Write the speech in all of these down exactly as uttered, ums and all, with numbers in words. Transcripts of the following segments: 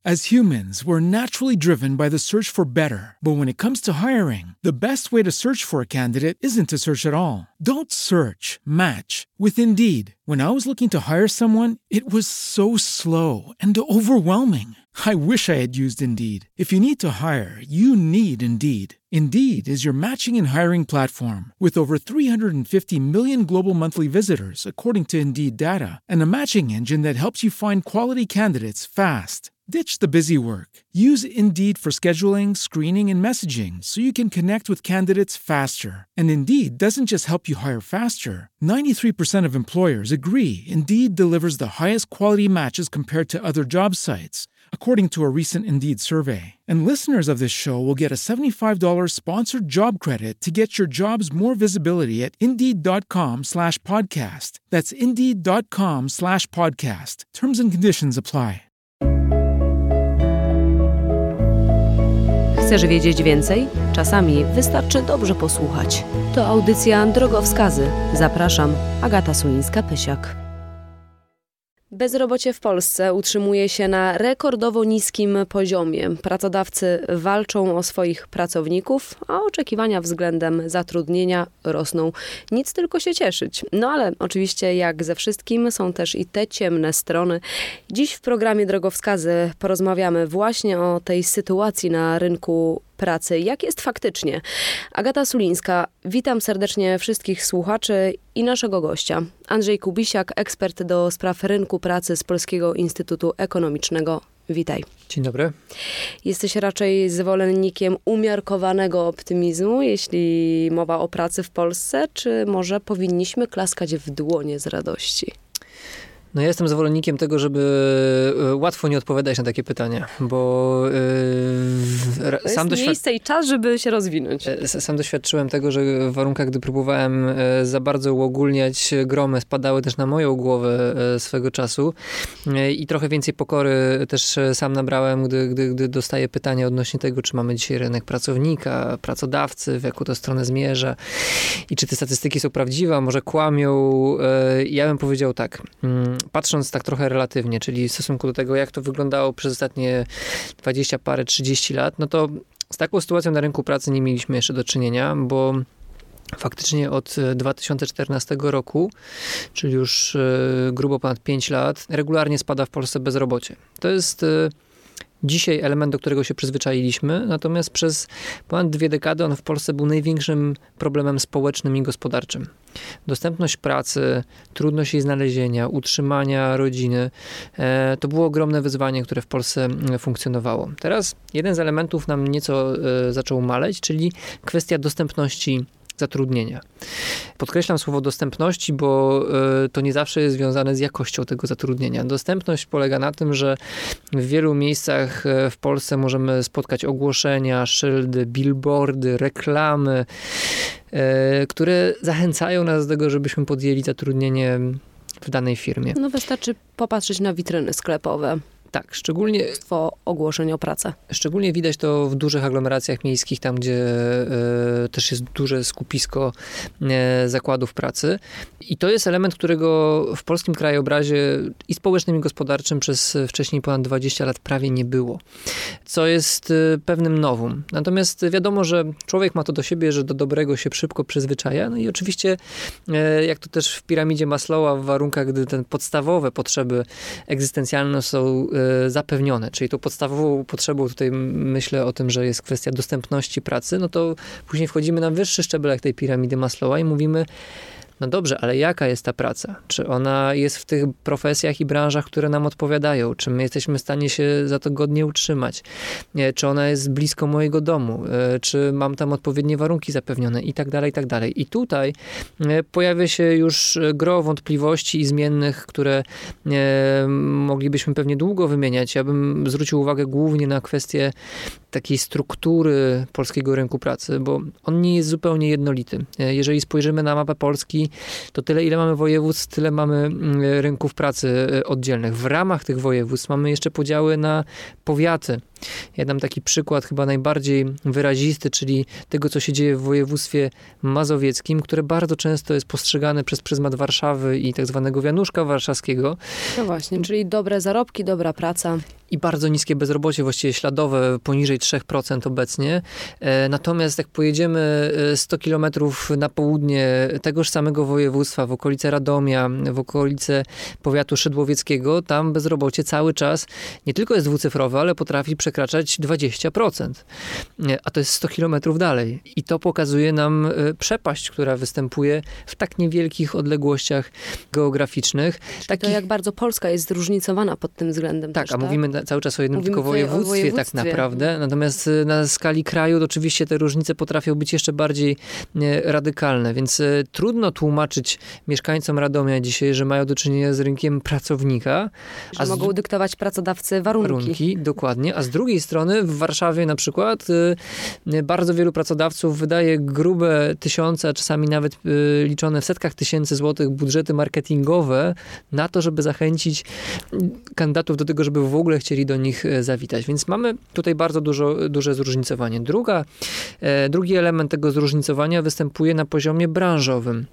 As humans, we're naturally driven by the search for better. But when it comes to hiring, the best way to search for a candidate isn't to search at all. Don't search, match with Indeed. When I was looking to hire someone, it was so slow and overwhelming. I wish I had used Indeed. If you need to hire, you need Indeed. Indeed is your matching and hiring platform with over three hundred fifty million global monthly visitors, according to Indeed data, and a matching engine that helps you find quality candidates fast. Ditch the busy work. Use Indeed for scheduling, screening, and messaging so you can connect with candidates faster. And Indeed doesn't just help you hire faster. ninety-three percent of employers agree Indeed delivers the highest quality matches compared to other job sites, according to a recent Indeed survey. And listeners of this show will get a seventy-five dollars sponsored job credit to get your jobs more visibility at Indeed.com slash podcast. That's Indeed.com slash podcast. Terms and conditions apply. Chcesz wiedzieć więcej? Czasami wystarczy dobrze posłuchać. To audycja Drogowskazy. Zapraszam, Agata Sulińska-Pysiak. Bezrobocie w Polsce utrzymuje się na rekordowo niskim poziomie. Pracodawcy walczą o swoich pracowników, a oczekiwania względem zatrudnienia rosną. Nic tylko się cieszyć. No ale oczywiście jak ze wszystkim są też i te ciemne strony. Dziś w programie Drogowskazy porozmawiamy właśnie o tej sytuacji na rynku pracy. Jak jest faktycznie? Agata Sulińska, witam serdecznie wszystkich słuchaczy i naszego gościa. Andrzej Kubisiak, ekspert do spraw rynku pracy z Polskiego Instytutu Ekonomicznego. Witaj. Dzień dobry. Jesteś raczej zwolennikiem umiarkowanego optymizmu, jeśli mowa o pracy w Polsce, czy może powinniśmy klaskać w dłonie z radości? No ja jestem zwolennikiem tego, żeby łatwo nie odpowiadać na takie pytania, bo yy, to jest sam doświad... miejsce i czas, żeby się rozwinąć. Sam doświadczyłem tego, że w warunkach, gdy próbowałem za bardzo uogólniać, gromy spadały też na moją głowę swego czasu i trochę więcej pokory też sam nabrałem, gdy, gdy, gdy dostaję pytania odnośnie tego, czy mamy dzisiaj rynek pracownika, pracodawcy, w jaką to stronę zmierza i czy te statystyki są prawdziwe, a może kłamią. Ja bym powiedział tak, patrząc tak trochę relatywnie, czyli w stosunku do tego, jak to wyglądało przez ostatnie dwadzieścia parę, trzydzieści lat, no to z taką sytuacją na rynku pracy nie mieliśmy jeszcze do czynienia, bo faktycznie od dwa tysiące czternastego roku, czyli już grubo ponad pięć lat, regularnie spada w Polsce bezrobocie. To jest dzisiaj element, do którego się przyzwyczailiśmy, natomiast przez ponad dwie dekady on w Polsce był największym problemem społecznym i gospodarczym. Dostępność pracy, trudność jej znalezienia, utrzymania rodziny, e, to było ogromne wyzwanie, które w Polsce funkcjonowało. Teraz jeden z elementów nam nieco e, zaczął maleć, czyli kwestia dostępności zatrudnienia. Podkreślam słowo dostępności, bo y, to nie zawsze jest związane z jakością tego zatrudnienia. Dostępność polega na tym, że w wielu miejscach w Polsce możemy spotkać ogłoszenia, szyldy, billboardy, reklamy, y, które zachęcają nas do tego, żebyśmy podjęli zatrudnienie w danej firmie. No wystarczy popatrzeć na witryny sklepowe. Tak, szczególnie... Mnóstwo ogłoszeń o pracę. Szczególnie widać to w dużych aglomeracjach miejskich, tam gdzie y, też jest duże skupisko y, zakładów pracy. I to jest element, którego w polskim krajobrazie i społecznym, i gospodarczym przez wcześniej ponad dwadzieścia lat prawie nie było. Co jest y, pewnym nowum. Natomiast wiadomo, że człowiek ma to do siebie, że do dobrego się szybko przyzwyczaja. No i oczywiście, y, jak to też w piramidzie Maslowa, w warunkach, gdy te podstawowe potrzeby egzystencjalne są y, zapewnione, czyli tą podstawową potrzebą tutaj myślę o tym, że jest kwestia dostępności pracy, no to później wchodzimy na wyższy szczebelek tej piramidy Maslowa i mówimy, no dobrze, ale jaka jest ta praca? Czy ona jest w tych profesjach i branżach, które nam odpowiadają? Czy my jesteśmy w stanie się za to godnie utrzymać? Czy ona jest blisko mojego domu? Czy mam tam odpowiednie warunki zapewnione? I tak dalej, i tak dalej. I tutaj pojawia się już gro wątpliwości i zmiennych, które moglibyśmy pewnie długo wymieniać. Ja bym zwrócił uwagę głównie na kwestię takiej struktury polskiego rynku pracy, bo on nie jest zupełnie jednolity. Jeżeli spojrzymy na mapę Polski, to tyle, ile mamy województw, tyle mamy rynków pracy oddzielnych. W ramach tych województw mamy jeszcze podziały na powiaty. Ja dam taki przykład chyba najbardziej wyrazisty, czyli tego, co się dzieje w województwie mazowieckim, które bardzo często jest postrzegane przez pryzmat Warszawy i tak zwanego wianuszka warszawskiego. No właśnie, czyli dobre zarobki, dobra praca. I bardzo niskie bezrobocie, właściwie śladowe, poniżej trzy procent obecnie. Natomiast jak pojedziemy sto kilometrów na południe tegoż samego województwa, w okolice Radomia, w okolice powiatu szydłowieckiego, tam bezrobocie cały czas nie tylko jest dwucyfrowe, ale potrafi przekraczać dwadzieścia procent. A to jest sto kilometrów dalej. I to pokazuje nam przepaść, która występuje w tak niewielkich odległościach geograficznych. Takich... To jak bardzo Polska jest zróżnicowana pod tym względem. Tak, też, a tak? mówimy cały czas o jednym Mówimy tylko województwie, województwie tak naprawdę. Natomiast na skali kraju to oczywiście te różnice potrafią być jeszcze bardziej radykalne, więc trudno tłumaczyć mieszkańcom Radomia dzisiaj, że mają do czynienia z rynkiem pracownika. Że a mogą z... dyktować pracodawcy warunki. warunki. Dokładnie. A z drugiej strony w Warszawie na przykład bardzo wielu pracodawców wydaje grube tysiące, a czasami nawet liczone w setkach tysięcy złotych budżety marketingowe na to, żeby zachęcić kandydatów do tego, żeby w ogóle chcieli do nich zawitać. Więc mamy tutaj bardzo dużo, duże zróżnicowanie. Druga, drugi element tego zróżnicowania występuje na poziomie branżowym,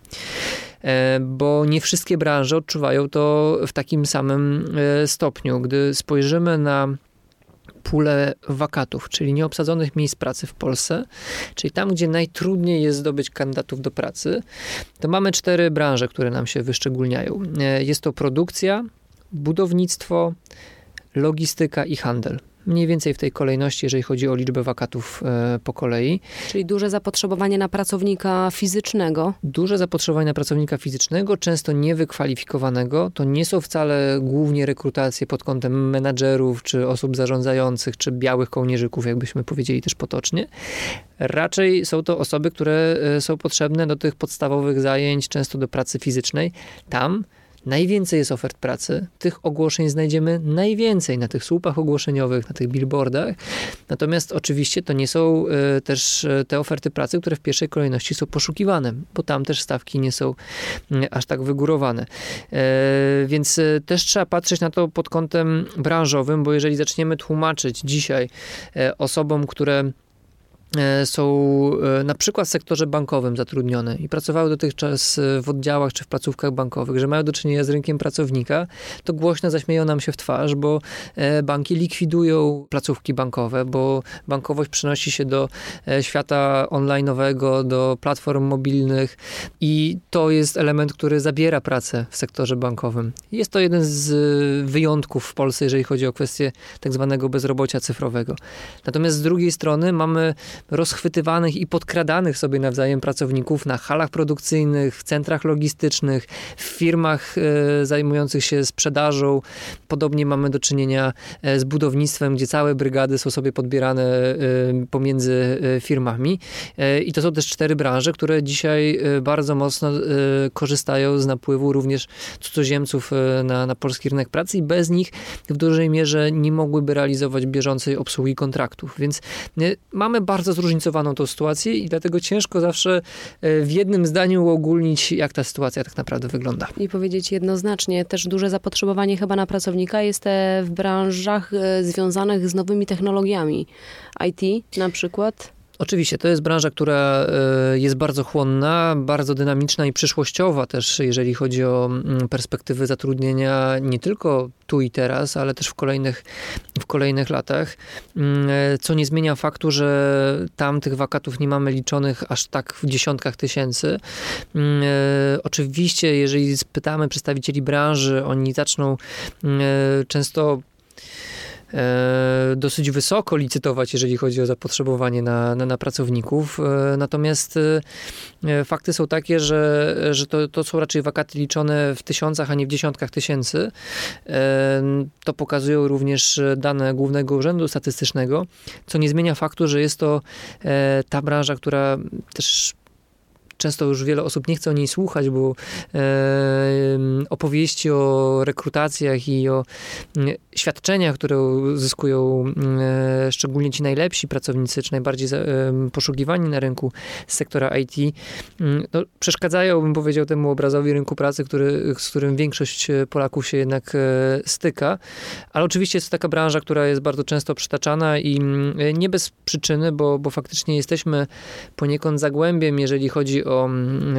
bo nie wszystkie branże odczuwają to w takim samym stopniu. Gdy spojrzymy na pulę wakatów, czyli nieobsadzonych miejsc pracy w Polsce, czyli tam, gdzie najtrudniej jest zdobyć kandydatów do pracy, to mamy cztery branże, które nam się wyszczególniają. Jest to produkcja, budownictwo, logistyka i handel. Mniej więcej w tej kolejności, jeżeli chodzi o liczbę wakatów e, po kolei. Czyli duże zapotrzebowanie na pracownika fizycznego. Duże zapotrzebowanie na pracownika fizycznego, często niewykwalifikowanego. To nie są wcale głównie rekrutacje pod kątem menadżerów, czy osób zarządzających, czy białych kołnierzyków, jakbyśmy powiedzieli też potocznie. Raczej są to osoby, które są potrzebne do tych podstawowych zajęć, często do pracy fizycznej. Tam najwięcej jest ofert pracy. Tych ogłoszeń znajdziemy najwięcej na tych słupach ogłoszeniowych, na tych billboardach. Natomiast oczywiście to nie są y, też te oferty pracy, które w pierwszej kolejności są poszukiwane, bo tam też stawki nie są y, aż tak wygórowane. Y, więc y, też trzeba patrzeć na to pod kątem branżowym, bo jeżeli zaczniemy tłumaczyć dzisiaj y, osobom, które są na przykład w sektorze bankowym zatrudnione i pracowały dotychczas w oddziałach czy w placówkach bankowych, że mają do czynienia z rynkiem pracownika, to głośno zaśmieją nam się w twarz, bo banki likwidują placówki bankowe, bo bankowość przenosi się do świata online'owego, do platform mobilnych i to jest element, który zabiera pracę w sektorze bankowym. Jest to jeden z wyjątków w Polsce, jeżeli chodzi o kwestię tak zwanego bezrobocia cyfrowego. Natomiast z drugiej strony mamy rozchwytywanych i podkradanych sobie nawzajem pracowników na halach produkcyjnych, w centrach logistycznych, w firmach e, zajmujących się sprzedażą. Podobnie mamy do czynienia z budownictwem, gdzie całe brygady są sobie podbierane e, pomiędzy e, firmami. E, I to są też cztery branże, które dzisiaj e, bardzo mocno e, korzystają z napływu również cudzoziemców e, na, na polski rynek pracy i bez nich w dużej mierze nie mogłyby realizować bieżącej obsługi kontraktów. Więc e, mamy bardzo zróżnicowaną tą sytuację i dlatego ciężko zawsze w jednym zdaniu uogólnić, jak ta sytuacja tak naprawdę wygląda. I powiedzieć jednoznacznie, też duże zapotrzebowanie chyba na pracownika jest w branżach związanych z nowymi technologiami. I T na przykład. Oczywiście, to jest branża, która jest bardzo chłonna, bardzo dynamiczna i przyszłościowa też, jeżeli chodzi o perspektywy zatrudnienia nie tylko tu i teraz, ale też w kolejnych, w kolejnych latach, co nie zmienia faktu, że tam tych wakatów nie mamy liczonych aż tak w dziesiątkach tysięcy. Oczywiście, jeżeli spytamy przedstawicieli branży, oni zaczną często dosyć wysoko licytować, jeżeli chodzi o zapotrzebowanie na, na, na pracowników. Natomiast fakty są takie, że, że to, to są raczej wakaty liczone w tysiącach, a nie w dziesiątkach tysięcy. To pokazują również dane Głównego Urzędu Statystycznego, co nie zmienia faktu, że jest to ta branża, która też często już wiele osób nie chce o niej słuchać, bo opowieści o rekrutacjach i o świadczeniach, które uzyskują szczególnie ci najlepsi pracownicy, czy najbardziej poszukiwani na rynku z sektora I T, no, przeszkadzają, bym powiedział, temu obrazowi rynku pracy, który, z którym większość Polaków się jednak styka. Ale oczywiście jest to taka branża, która jest bardzo często przytaczana i nie bez przyczyny, bo, bo faktycznie jesteśmy poniekąd zagłębiem, jeżeli chodzi o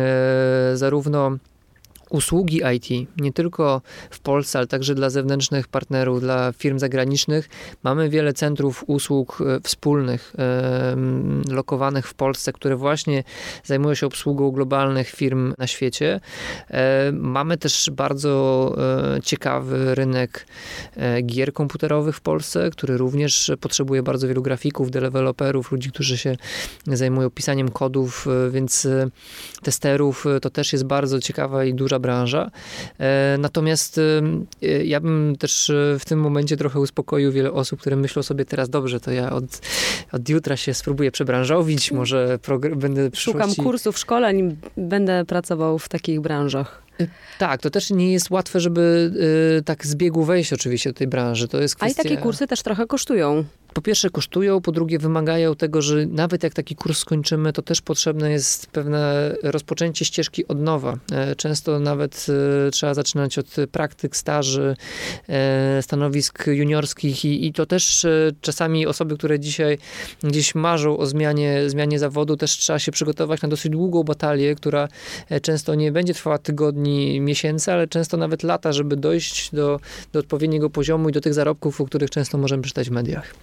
e, zarówno usługi I T, nie tylko w Polsce, ale także dla zewnętrznych partnerów, dla firm zagranicznych. Mamy wiele centrów usług wspólnych, e, lokowanych w Polsce, które właśnie zajmują się obsługą globalnych firm na świecie. E, mamy też bardzo e, ciekawy rynek e, gier komputerowych w Polsce, który również potrzebuje bardzo wielu grafików, deweloperów, ludzi, którzy się zajmują pisaniem kodów, e, więc e, testerów. To też jest bardzo ciekawa i duża branża. Natomiast ja bym też w tym momencie trochę uspokoił wiele osób, które myślą sobie teraz, dobrze, to ja od, od jutra się spróbuję przebranżowić, może progr- będę Szukam kursów, szkoleń, będę pracował w takich branżach. Tak, to też nie jest łatwe, żeby y, tak z biegu wejść oczywiście do tej branży. To jest kwestia... A i takie kursy też trochę kosztują. Po pierwsze kosztują, po drugie wymagają tego, że nawet jak taki kurs skończymy, to też potrzebne jest pewne rozpoczęcie ścieżki od nowa. Często nawet trzeba zaczynać od praktyk, staży, stanowisk juniorskich i, i to też czasami osoby, które dzisiaj gdzieś marzą o zmianie, zmianie zawodu, też trzeba się przygotować na dosyć długą batalię, która często nie będzie trwała tygodni, miesięcy, ale często nawet lata, żeby dojść do, do odpowiedniego poziomu i do tych zarobków, o których często możemy czytać w mediach.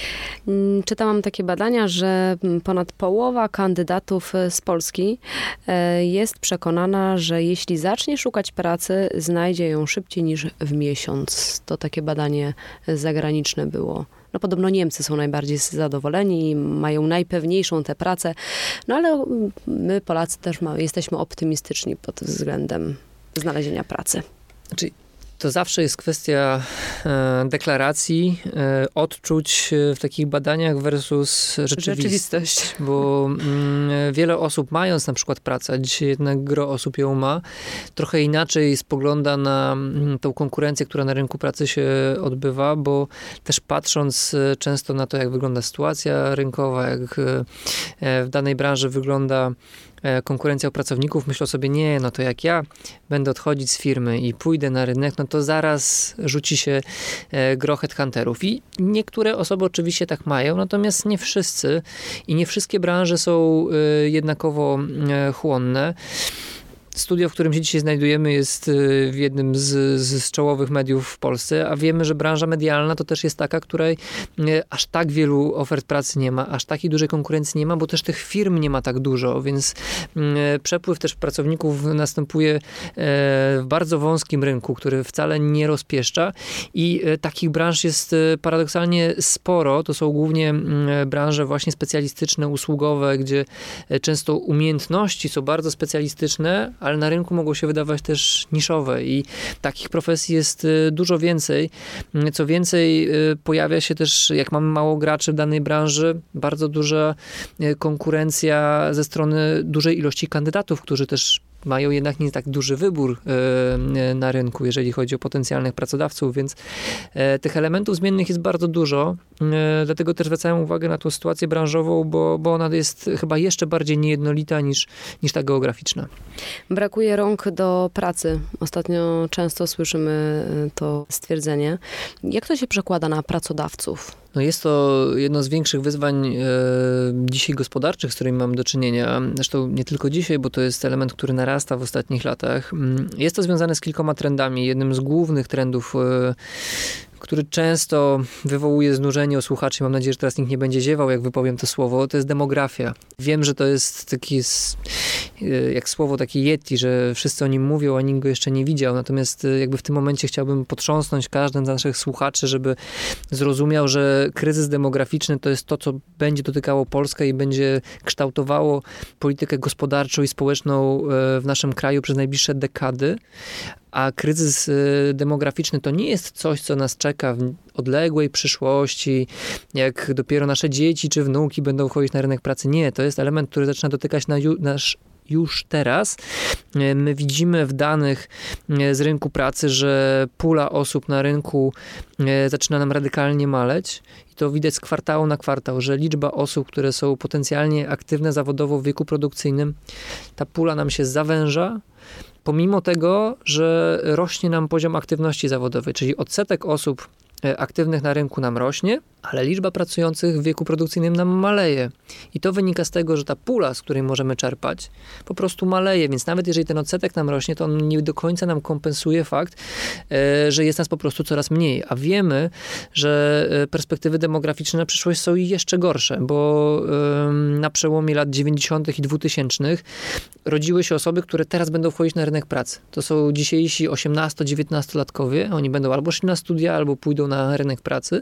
Czytałam takie badania, że ponad połowa kandydatów z Polski jest przekonana, że jeśli zacznie szukać pracy, znajdzie ją szybciej niż w miesiąc. To takie badanie zagraniczne było. No podobno Niemcy są najbardziej zadowoleni i mają najpewniejszą tę pracę, no ale my Polacy też ma, jesteśmy optymistyczni pod względem znalezienia pracy. Czyli to zawsze jest kwestia e, deklaracji, e, odczuć w takich badaniach versus rzeczywistość. rzeczywistość. Bo mm, wiele osób, mając na przykład pracę, dzisiaj jednak gro osób ją ma, trochę inaczej spogląda na mm, tą konkurencję, która na rynku pracy się odbywa, bo też patrząc często na to, jak wygląda sytuacja rynkowa, jak e, w danej branży wygląda konkurencja o pracowników, myślą sobie, nie, no to jak ja będę odchodzić z firmy i pójdę na rynek, no to zaraz rzuci się gro headhunterów. I niektóre osoby oczywiście tak mają, natomiast nie wszyscy i nie wszystkie branże są jednakowo chłonne. Studio, w którym się dzisiaj znajdujemy, jest w jednym z, z czołowych mediów w Polsce, a wiemy, że branża medialna to też jest taka, której aż tak wielu ofert pracy nie ma, aż takiej dużej konkurencji nie ma, bo też tych firm nie ma tak dużo, więc przepływ też pracowników następuje w bardzo wąskim rynku, który wcale nie rozpieszcza i takich branż jest paradoksalnie sporo. To są głównie branże właśnie specjalistyczne, usługowe, gdzie często umiejętności są bardzo specjalistyczne, ale na rynku mogą się wydawać też niszowe i takich profesji jest dużo więcej. Co więcej, pojawia się też, jak mamy mało graczy w danej branży, bardzo duża konkurencja ze strony dużej ilości kandydatów, którzy też mają jednak nie tak duży wybór na rynku, jeżeli chodzi o potencjalnych pracodawców, więc tych elementów zmiennych jest bardzo dużo. Dlatego też zwracałem uwagę na tą sytuację branżową, bo, bo ona jest chyba jeszcze bardziej niejednolita niż, niż ta geograficzna. Brakuje rąk do pracy. Ostatnio często słyszymy to stwierdzenie. Jak to się przekłada na pracodawców? No jest to jedno z większych wyzwań e, dzisiaj gospodarczych, z którymi mamy do czynienia. Zresztą nie tylko dzisiaj, bo to jest element, który narasta w ostatnich latach. Jest to związane z kilkoma trendami. Jednym z głównych trendów, e, który często wywołuje znużenie u słuchaczy. Mam nadzieję, że teraz nikt nie będzie ziewał, jak wypowiem to słowo. To jest demografia. Wiem, że to jest taki, jak słowo takie yeti, że wszyscy o nim mówią, a nikt go jeszcze nie widział. Natomiast jakby w tym momencie chciałbym potrząsnąć każdym z naszych słuchaczy, żeby zrozumiał, że kryzys demograficzny to jest to, co będzie dotykało Polskę i będzie kształtowało politykę gospodarczą i społeczną w naszym kraju przez najbliższe dekady. A kryzys demograficzny to nie jest coś, co nas czeka w odległej przyszłości, jak dopiero nasze dzieci czy wnuki będą wchodzić na rynek pracy. Nie, to jest element, który zaczyna dotykać na ju, nasz już teraz. My widzimy w danych z rynku pracy, że pula osób na rynku zaczyna nam radykalnie maleć. I to widać z kwartału na kwartał, że liczba osób, które są potencjalnie aktywne zawodowo w wieku produkcyjnym, ta pula nam się zawęża, pomimo tego, że rośnie nam poziom aktywności zawodowej, czyli odsetek osób aktywnych na rynku nam rośnie, ale liczba pracujących w wieku produkcyjnym nam maleje. I to wynika z tego, że ta pula, z której możemy czerpać, po prostu maleje, więc nawet jeżeli ten odsetek nam rośnie, to on nie do końca nam kompensuje fakt, że jest nas po prostu coraz mniej. A wiemy, że perspektywy demograficzne na przyszłość są jeszcze gorsze, bo na przełomie lat dziewięćdziesiątych i dwutysięcznych rodziły się osoby, które teraz będą wchodzić na rynek pracy. To są dzisiejsi osiemnasto-dziewiętnastolatkowie. Oni będą albo szli na studia, albo pójdą na rynek pracy.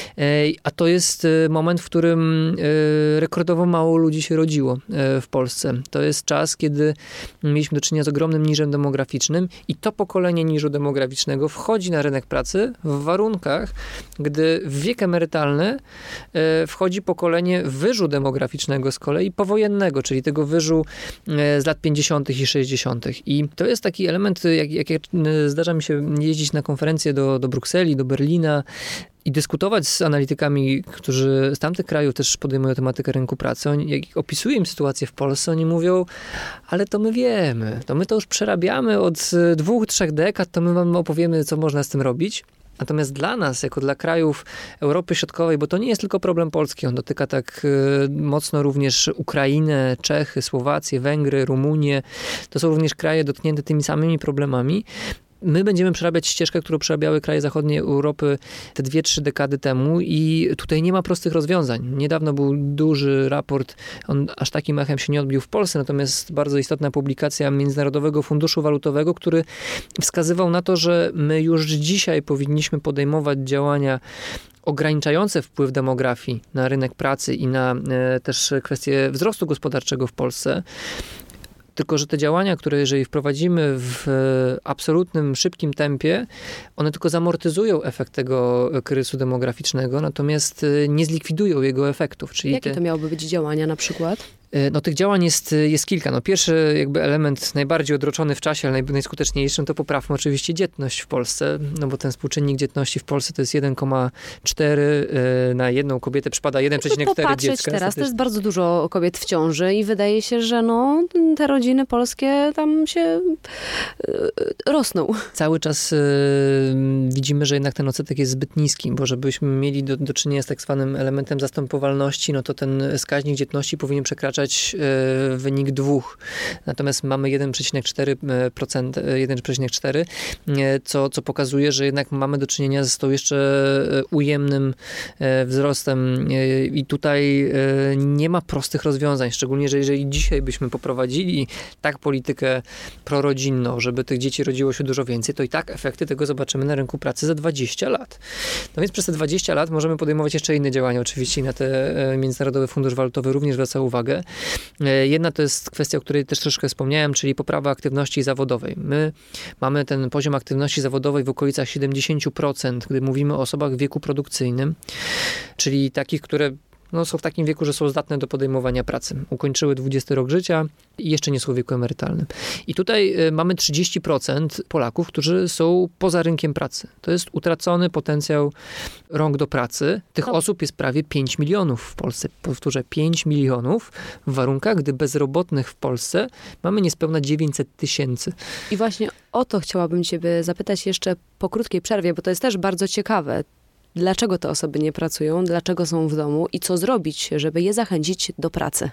A to jest moment, w którym rekordowo mało ludzi się rodziło w Polsce. To jest czas, kiedy mieliśmy do czynienia z ogromnym niżem demograficznym i to pokolenie niżu demograficznego wchodzi na rynek pracy w warunkach, gdy w wiek emerytalny wchodzi pokolenie wyżu demograficznego z kolei powojennego, czyli tego wyżu z lat pięćdziesiątych i sześćdziesiątych. I to jest taki element, jak, jak, jak zdarza mi się jeździć na konferencje do, do Brukseli, do Berlina, i dyskutować z analitykami, którzy z tamtych krajów też podejmują tematykę rynku pracy. Oni, jak opisuję im sytuację w Polsce, oni mówią, ale to my wiemy, to my to już przerabiamy od dwóch, trzech dekad, to my wam opowiemy, co można z tym robić. Natomiast dla nas, jako dla krajów Europy Środkowej, bo to nie jest tylko problem Polski, on dotyka tak mocno również Ukrainę, Czechy, Słowację, Węgry, Rumunię. To są również kraje dotknięte tymi samymi problemami. My będziemy przerabiać ścieżkę, którą przerabiały kraje zachodniej Europy te dwie, trzy dekady temu i tutaj nie ma prostych rozwiązań. Niedawno był duży raport, on aż takim echem się nie odbił w Polsce, natomiast bardzo istotna publikacja Międzynarodowego Funduszu Walutowego, który wskazywał na to, że my już dzisiaj powinniśmy podejmować działania ograniczające wpływ demografii na rynek pracy i na e, też kwestię wzrostu gospodarczego w Polsce. Tylko że te działania, które jeżeli wprowadzimy w absolutnym, szybkim tempie, one tylko zamortyzują efekt tego kryzysu demograficznego, natomiast nie zlikwidują jego efektów. Czyli Jakie te... to miałyby być działania na przykład? No tych działań jest, jest kilka. No pierwszy jakby element najbardziej odroczony w czasie, ale najskuteczniejszym, to poprawmy oczywiście dzietność w Polsce, no bo ten współczynnik dzietności w Polsce to jest jeden przecinek cztery na jedną kobietę przypada jeden przecinek cztery dziecka. Teraz to jest bardzo dużo kobiet w ciąży i wydaje się, że no, te rodziny polskie tam się rosną. Cały czas widzimy, że jednak ten odsetek jest zbyt niski, bo żebyśmy mieli do, do czynienia z tak zwanym elementem zastępowalności, no to ten wskaźnik dzietności powinien przekraczać wynik dwóch. Natomiast mamy jeden przecinek cztery procent, jeden przecinek cztery, co, co pokazuje, że jednak mamy do czynienia z tą jeszcze ujemnym wzrostem i tutaj nie ma prostych rozwiązań, szczególnie, że jeżeli dzisiaj byśmy poprowadzili tak politykę prorodzinną, żeby tych dzieci rodziło się dużo więcej, to i tak efekty tego zobaczymy na rynku pracy za dwadzieścia lat. No więc przez te dwadzieścia lat możemy podejmować jeszcze inne działania, oczywiście i na te Międzynarodowy Fundusz Walutowy również zwraca uwagę. Jedna to jest kwestia, o której też troszkę wspomniałem, czyli poprawa aktywności zawodowej. My mamy ten poziom aktywności zawodowej w okolicach siedemdziesiąt procent, gdy mówimy o osobach w wieku produkcyjnym, czyli takich, które no, są w takim wieku, że są zdatne do podejmowania pracy. Ukończyły dwudziesty rok życia i jeszcze nie są w wieku emerytalnym. I tutaj mamy trzydzieści procent Polaków, którzy są poza rynkiem pracy. To jest utracony potencjał rąk do pracy. Tych no. osób jest prawie pięć milionów w Polsce. Powtórzę, pięć milionów w warunkach, gdy bezrobotnych w Polsce mamy niespełna dziewięćset tysięcy. I właśnie o to chciałabym ciebie zapytać jeszcze po krótkiej przerwie, bo to jest też bardzo ciekawe. Dlaczego te osoby nie pracują, dlaczego są w domu i co zrobić, żeby je zachęcić do pracy?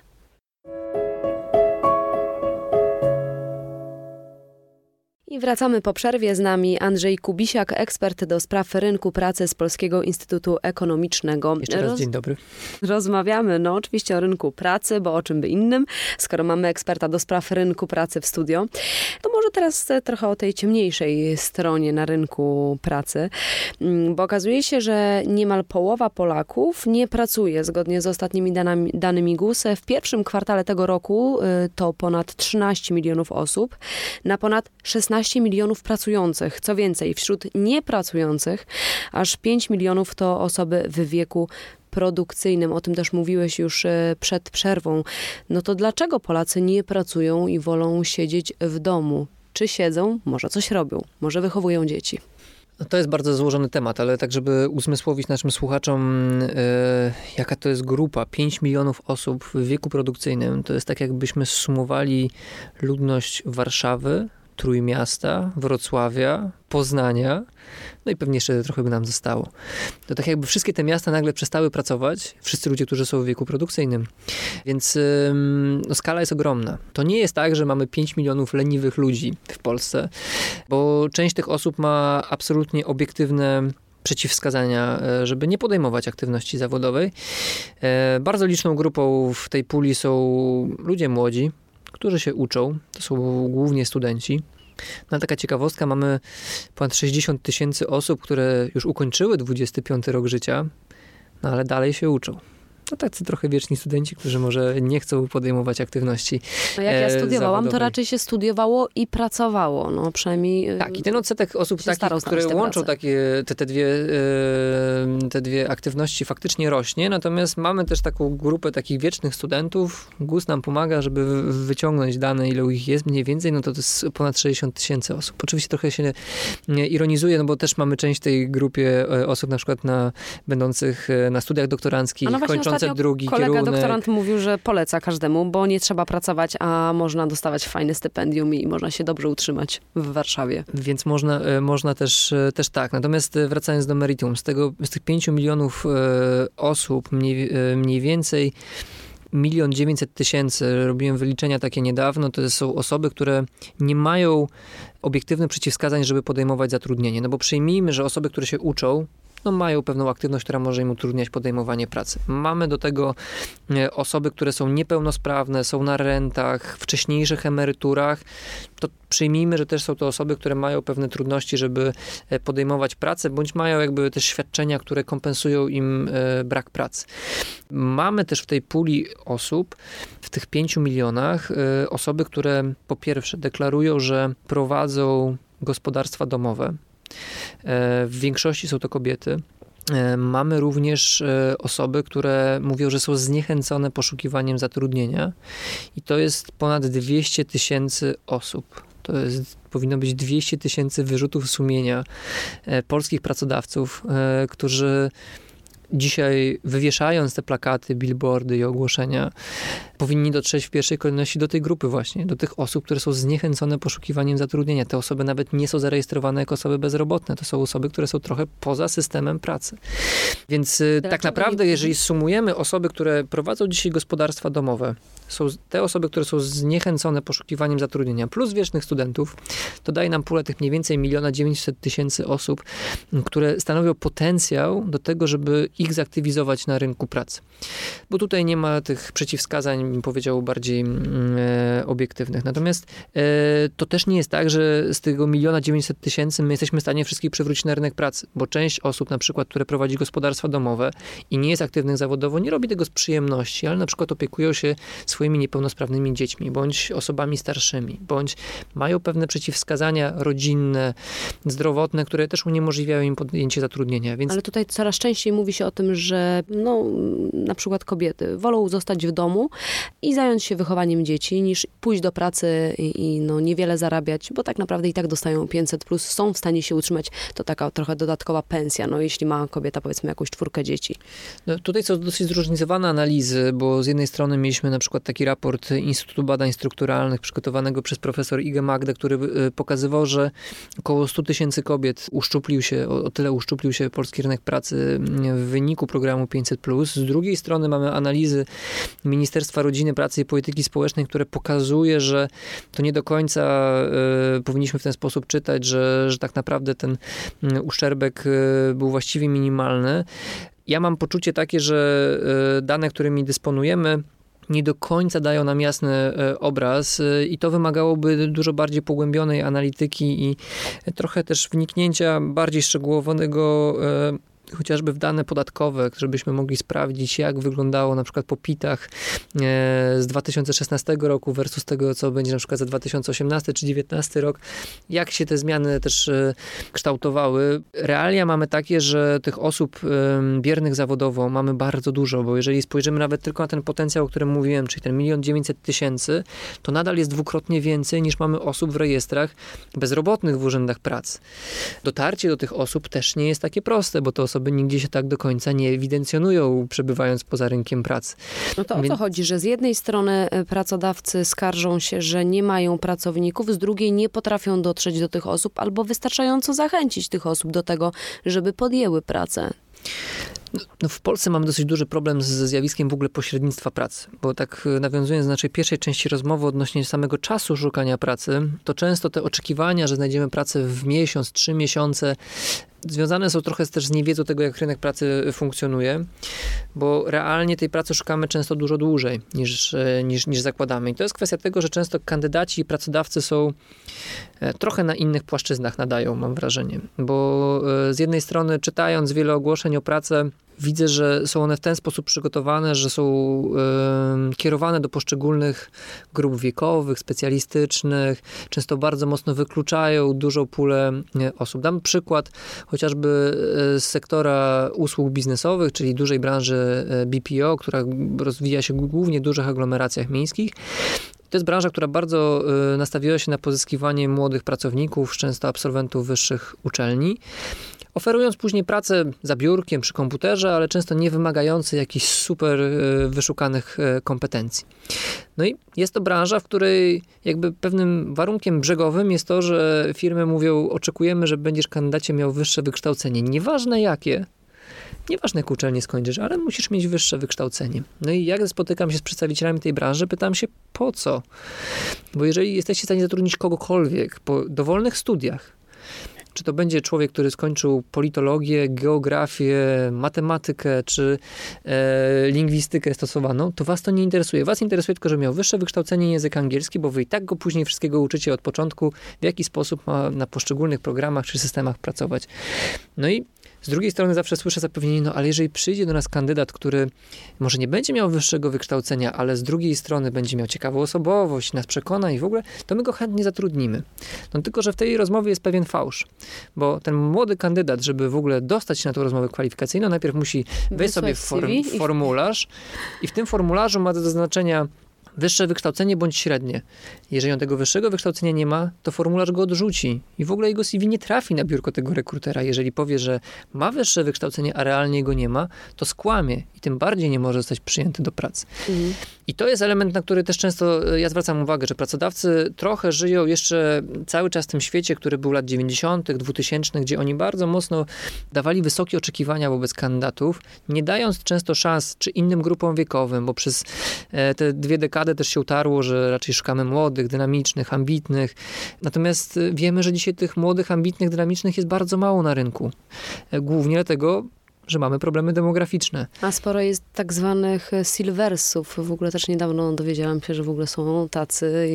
I wracamy po przerwie. Z nami Andrzej Kubisiak, ekspert do spraw rynku pracy z Polskiego Instytutu Ekonomicznego. Jeszcze raz Roz... dzień dobry. Rozmawiamy, no oczywiście o rynku pracy, bo o czym by innym, skoro mamy eksperta do spraw rynku pracy w studio. To może teraz trochę o tej ciemniejszej stronie na rynku pracy, bo okazuje się, że niemal połowa Polaków nie pracuje. Zgodnie z ostatnimi danymi, danymi G U S w pierwszym kwartale tego roku to ponad trzynaście milionów osób na ponad szesnaście milionów pracujących. Co więcej, wśród niepracujących aż pięć milionów to osoby w wieku produkcyjnym, o tym też mówiłeś już przed przerwą, no to dlaczego Polacy nie pracują i wolą siedzieć w domu? Czy siedzą, może coś robią, może wychowują dzieci? No to jest bardzo złożony temat, ale tak, żeby uzmysłowić naszym słuchaczom, yy, jaka to jest grupa, pięć milionów osób w wieku produkcyjnym, to jest tak, jakbyśmy zsumowali ludność Warszawy, Trójmiasta, Wrocławia, Poznania, no i pewnie jeszcze trochę by nam zostało. To tak jakby wszystkie te miasta nagle przestały pracować, wszyscy ludzie, którzy są w wieku produkcyjnym. Więc no, skala jest ogromna. To nie jest tak, że mamy pięć milionów leniwych ludzi w Polsce, bo część tych osób ma absolutnie obiektywne przeciwwskazania, żeby nie podejmować aktywności zawodowej. Bardzo liczną grupą w tej puli są ludzie młodzi, którzy się uczą. To są głównie studenci. No, taka ciekawostka, mamy ponad sześćdziesiąt tysięcy osób, które już ukończyły dwudziesty piąty rok życia, no ale dalej się uczą. To tacy trochę wieczni studenci, którzy może nie chcą podejmować aktywności No jak ja studiowałam, zawodowej. to raczej się studiowało i pracowało. No przynajmniej... Tak, i ten odsetek osób takich, które łączą takie, te, te, dwie, te dwie aktywności, faktycznie rośnie. Natomiast mamy też taką grupę takich wiecznych studentów. G U S nam pomaga, żeby wyciągnąć dane, ile ich jest mniej więcej, no to to jest ponad sześćdziesiąt tysięcy osób. Oczywiście trochę się ironizuje, no bo też mamy część w tej grupie osób na przykład na, będących na studiach doktoranckich, no kończących drugi kolega kierunek. doktorant mówił, że poleca każdemu, bo nie trzeba pracować, a można dostawać fajne stypendium i można się dobrze utrzymać w Warszawie. Więc można, można też, też tak. Natomiast wracając do meritum, z, tego, z tych pięciu milionów osób mniej, mniej więcej milion dziewięćset tysięcy, robiłem wyliczenia takie niedawno, to są osoby, które nie mają obiektywnych przeciwwskazań, żeby podejmować zatrudnienie. No bo przyjmijmy, że osoby, które się uczą, no mają pewną aktywność, która może im utrudniać podejmowanie pracy. Mamy do tego osoby, które są niepełnosprawne, są na rentach, wcześniejszych emeryturach. To przyjmijmy, że też są to osoby, które mają pewne trudności, żeby podejmować pracę, bądź mają jakby też świadczenia, które kompensują im brak pracy. Mamy też w tej puli osób, w tych pięciu milionach, osoby, które po pierwsze deklarują, że prowadzą gospodarstwa domowe. W większości są to kobiety. Mamy również osoby, które mówią, że są zniechęcone poszukiwaniem zatrudnienia i to jest ponad dwieście tysięcy osób. To jest, powinno być dwieście tysięcy wyrzutów sumienia polskich pracodawców, którzy dzisiaj, wywieszając te plakaty, billboardy i ogłoszenia, powinni dotrzeć w pierwszej kolejności do tej grupy właśnie, do tych osób, które są zniechęcone poszukiwaniem zatrudnienia. Te osoby nawet nie są zarejestrowane jako osoby bezrobotne. To są osoby, które są trochę poza systemem pracy. Więc Dlaczego tak naprawdę, nie... jeżeli sumujemy osoby, które prowadzą dzisiaj gospodarstwa domowe, są te osoby, które są zniechęcone poszukiwaniem zatrudnienia, plus wiecznych studentów, to daje nam pulę tych mniej więcej miliona dziewięćset tysięcy osób, które stanowią potencjał do tego, żeby ich zaktywizować na rynku pracy. Bo tutaj nie ma tych przeciwwskazań, bym powiedział, bardziej e, obiektywnych. Natomiast e, to też nie jest tak, że z tego miliona dziewięćset tysięcy my jesteśmy w stanie wszystkich przywrócić na rynek pracy, bo część osób na przykład, które prowadzi gospodarstwa domowe i nie jest aktywnych zawodowo, nie robi tego z przyjemności, ale na przykład opiekują się swoimi niepełnosprawnymi dziećmi, bądź osobami starszymi, bądź mają pewne przeciwwskazania rodzinne, zdrowotne, które też uniemożliwiają im podjęcie zatrudnienia. Więc... Ale tutaj coraz częściej mówi się o tym, że no, na przykład kobiety wolą zostać w domu i zająć się wychowaniem dzieci, niż pójść do pracy i, i no, niewiele zarabiać, bo tak naprawdę i tak dostają pięćset plus, są w stanie się utrzymać. To taka trochę dodatkowa pensja, no jeśli ma kobieta powiedzmy jakąś czwórkę dzieci. No, tutaj są dosyć zróżnicowane analizy, bo z jednej strony mieliśmy na przykład taki raport Instytutu Badań Strukturalnych przygotowanego przez profesor Igę Magdę, który pokazywał, że około stu tysięcy kobiet uszczuplił się, o tyle uszczuplił się polski rynek pracy w wyniku programu pięćset plus. Z drugiej strony mamy analizy Ministerstwa Rodziny, Pracy i Polityki Społecznej, które pokazuje, że to nie do końca y, powinniśmy w ten sposób czytać, że, że tak naprawdę ten y, uszczerbek y, był właściwie minimalny. Ja mam poczucie takie, że y, dane, którymi dysponujemy, nie do końca dają nam jasny obraz i to wymagałoby dużo bardziej pogłębionej analityki i trochę też wniknięcia bardziej szczegółowego chociażby w dane podatkowe, żebyśmy mogli sprawdzić, jak wyglądało na przykład po pitach z dwa tysiące szesnastego roku versus tego, co będzie na przykład za dwa tysiące osiemnasty czy dwa tysiące dziewiętnasty rok, jak się te zmiany też kształtowały. Realia mamy takie, że tych osób biernych zawodowo mamy bardzo dużo, bo jeżeli spojrzymy nawet tylko na ten potencjał, o którym mówiłem, czyli ten milion dziewięćset tysięcy, to nadal jest dwukrotnie więcej niż mamy osób w rejestrach bezrobotnych w urzędach pracy. Dotarcie do tych osób też nie jest takie proste, bo to osoby nigdzie się tak do końca nie ewidencjonują, przebywając poza rynkiem pracy. No to o Więc... co chodzi, że z jednej strony pracodawcy skarżą się, że nie mają pracowników, z drugiej nie potrafią dotrzeć do tych osób albo wystarczająco zachęcić tych osób do tego, żeby podjęły pracę. No, w Polsce mamy dosyć duży problem ze zjawiskiem w ogóle pośrednictwa pracy, bo tak nawiązując do naszej pierwszej części rozmowy odnośnie samego czasu szukania pracy, to często te oczekiwania, że znajdziemy pracę w miesiąc, trzy miesiące, związane są trochę też z niewiedzą tego, jak rynek pracy funkcjonuje, bo realnie tej pracy szukamy często dużo dłużej niż, niż, niż zakładamy. I to jest kwestia tego, że często kandydaci i pracodawcy są trochę na innych płaszczyznach nadają, mam wrażenie. Bo z jednej strony czytając wiele ogłoszeń o pracę, widzę, że są one w ten sposób przygotowane, że są y, kierowane do poszczególnych grup wiekowych, specjalistycznych, często bardzo mocno wykluczają dużą pulę osób. Dam przykład chociażby z sektora usług biznesowych, czyli dużej branży B P O, która rozwija się głównie w dużych aglomeracjach miejskich. To jest branża, która bardzo nastawiła się na pozyskiwanie młodych pracowników, często absolwentów wyższych uczelni, oferując później pracę za biurkiem przy komputerze, ale często nie wymagający jakichś super wyszukanych kompetencji. No i jest to branża, w której jakby pewnym warunkiem brzegowym jest to, że firmy mówią, oczekujemy, że będziesz kandydacie miał wyższe wykształcenie. Nieważne jakie, nieważne jak uczelnię skończysz, ale musisz mieć wyższe wykształcenie. No i jak spotykam się z przedstawicielami tej branży, pytam się po co? Bo jeżeli jesteście w stanie zatrudnić kogokolwiek po dowolnych studiach, czy to będzie człowiek, który skończył politologię, geografię, matematykę, czy e, lingwistykę stosowaną, to was to nie interesuje. Was interesuje tylko, że miał wyższe wykształcenie języka angielski, bo wy i tak go później wszystkiego uczycie od początku, w jaki sposób ma na poszczególnych programach czy systemach pracować. No i z drugiej strony zawsze słyszę zapewnienie, no ale jeżeli przyjdzie do nas kandydat, który może nie będzie miał wyższego wykształcenia, ale z drugiej strony będzie miał ciekawą osobowość, nas przekona i w ogóle, to my go chętnie zatrudnimy. No tylko, że w tej rozmowie jest pewien fałsz, bo ten młody kandydat, żeby w ogóle dostać się na tą rozmowę kwalifikacyjną, najpierw musi wejść sobie w form, formularz i w tym formularzu ma do zaznaczenia wyższe wykształcenie bądź średnie. Jeżeli on tego wyższego wykształcenia nie ma, to formularz go odrzuci i w ogóle jego C V nie trafi na biurko tego rekrutera. Jeżeli powie, że ma wyższe wykształcenie, a realnie go nie ma, to skłamie i tym bardziej nie może zostać przyjęty do pracy. Mhm. I to jest element, na który też często ja zwracam uwagę, że pracodawcy trochę żyją jeszcze cały czas w tym świecie, który był lat dziewięćdziesiątych, dwutysięcznych, gdzie oni bardzo mocno dawali wysokie oczekiwania wobec kandydatów, nie dając często szans czy innym grupom wiekowym, bo przez te dwie dekady też się utarło, że raczej szukamy młodych, dynamicznych, ambitnych. Natomiast wiemy, że dzisiaj tych młodych, ambitnych, dynamicznych jest bardzo mało na rynku. Głównie dlatego, że mamy problemy demograficzne. A sporo jest tak zwanych silversów. W ogóle też niedawno dowiedziałam się, że w ogóle są tacy,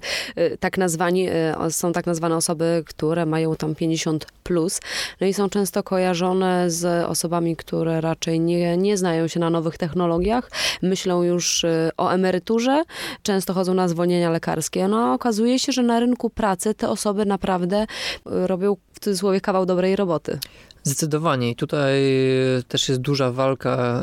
tak nazwani, są tak nazwane osoby, które mają tam pięćdziesiąt plus. No i są często kojarzone z osobami, które raczej nie, nie znają się na nowych technologiach, myślą już o emeryturze, często chodzą na zwolnienia lekarskie. No a okazuje się, że na rynku pracy te osoby naprawdę robią w cudzysłowie kawał dobrej roboty. Zdecydowanie. I tutaj też jest duża walka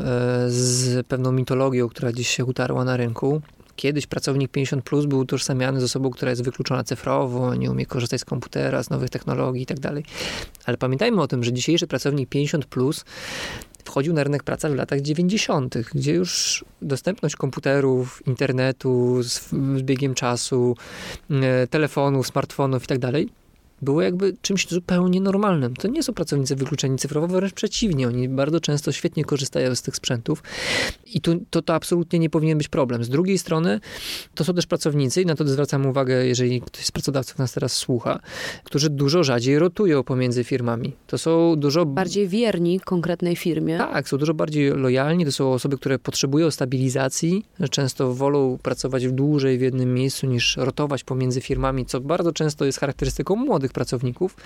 z pewną mitologią, która dziś się utarła na rynku. Kiedyś pracownik pięćdziesiąt plus był utożsamiany z osobą, która jest wykluczona cyfrowo, nie umie korzystać z komputera, z nowych technologii i tak dalej. Ale pamiętajmy o tym, że dzisiejszy pracownik pięćdziesiąt plus wchodził na rynek pracy w latach dziewięćdziesiątych, gdzie już dostępność komputerów, internetu z, z biegiem czasu, telefonów, smartfonów i tak dalej było jakby czymś zupełnie normalnym. To nie są pracownicy wykluczeni cyfrowo, wręcz przeciwnie. Oni bardzo często świetnie korzystają z tych sprzętów i tu, to, to absolutnie nie powinien być problem. Z drugiej strony to są też pracownicy, i na to zwracam uwagę, jeżeli ktoś z pracodawców nas teraz słucha, którzy dużo rzadziej rotują pomiędzy firmami. To są dużo... Bardziej wierni konkretnej firmie. Tak, są dużo bardziej lojalni. To są osoby, które potrzebują stabilizacji, często wolą pracować dłużej w jednym miejscu niż rotować pomiędzy firmami, co bardzo często jest charakterystyką młodych pracowników,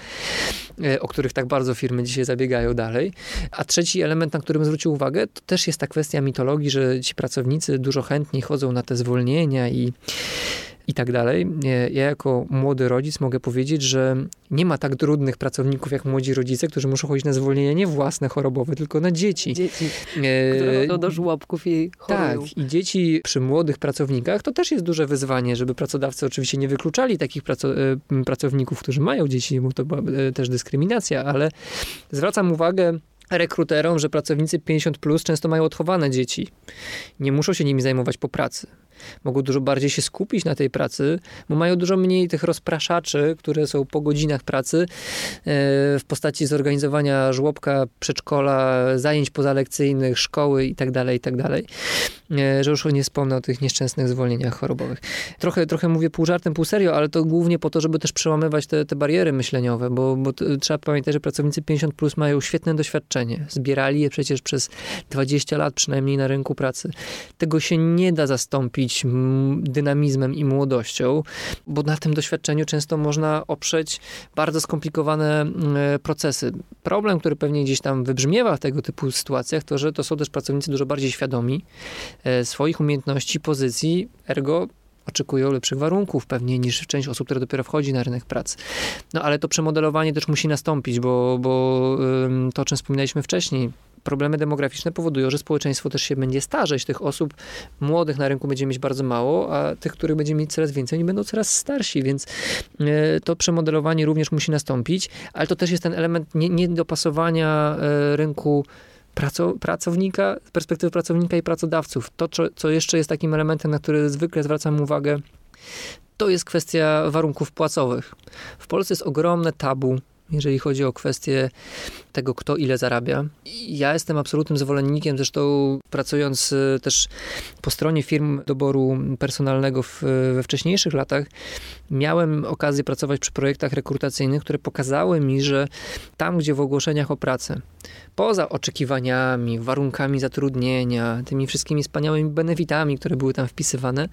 o których tak bardzo firmy dzisiaj zabiegają dalej. A trzeci element, na którym zwrócił uwagę, to też jest ta kwestia mitologii, że ci pracownicy dużo chętniej chodzą na te zwolnienia i i tak dalej. Ja jako młody rodzic mogę powiedzieć, że nie ma tak trudnych pracowników jak młodzi rodzice, którzy muszą chodzić na zwolnienia nie własne chorobowe, tylko na dzieci. Dzieci, e... które chodzą do żłobków i chorują. Tak, i dzieci przy młodych pracownikach to też jest duże wyzwanie, żeby pracodawcy oczywiście nie wykluczali takich praco- pracowników, którzy mają dzieci, bo to była też dyskryminacja, ale zwracam uwagę rekruterom, że pracownicy pięćdziesiąt plus często mają odchowane dzieci. Nie muszą się nimi zajmować po pracy. Mogą dużo bardziej się skupić na tej pracy, bo mają dużo mniej tych rozpraszaczy, które są po godzinach pracy w postaci zorganizowania żłobka, przedszkola, zajęć pozalekcyjnych, szkoły itd., itd., że już nie wspomnę o tych nieszczęsnych zwolnieniach chorobowych. Trochę, trochę mówię pół żartem, pół serio, ale to głównie po to, żeby też przełamywać te, te bariery myśleniowe, bo, bo trzeba pamiętać, że pracownicy pięćdziesiąt plus mają świetne doświadczenie. Zbierali je przecież przez dwadzieścia lat przynajmniej na rynku pracy. Tego się nie da zastąpić dynamizmem i młodością, bo na tym doświadczeniu często można oprzeć bardzo skomplikowane procesy. Problem, który pewnie gdzieś tam wybrzmiewa w tego typu sytuacjach, to, że to są też pracownicy dużo bardziej świadomi swoich umiejętności, pozycji, ergo oczekują lepszych warunków pewnie niż część osób, które dopiero wchodzi na rynek pracy. No ale to przemodelowanie też musi nastąpić, bo, bo to, o czym wspominaliśmy wcześniej, problemy demograficzne powodują, że społeczeństwo też się będzie starzeć. Tych osób młodych na rynku będzie mieć bardzo mało, a tych, których będzie mieć coraz więcej, oni będą coraz starsi, więc to przemodelowanie również musi nastąpić, ale to też jest ten element niedopasowania rynku pracownika, z perspektywy pracownika i pracodawców. To, co jeszcze jest takim elementem, na który zwykle zwracam uwagę, to jest kwestia warunków płacowych. W Polsce jest ogromne tabu, jeżeli chodzi o kwestię tego, kto ile zarabia. Ja jestem absolutnym zwolennikiem, zresztą pracując też po stronie firm doboru personalnego w, we wcześniejszych latach, miałem okazję pracować przy projektach rekrutacyjnych, które pokazały mi, że tam, gdzie w ogłoszeniach o pracę, poza oczekiwaniami, warunkami zatrudnienia, tymi wszystkimi wspaniałymi benefitami, które były tam wpisywane,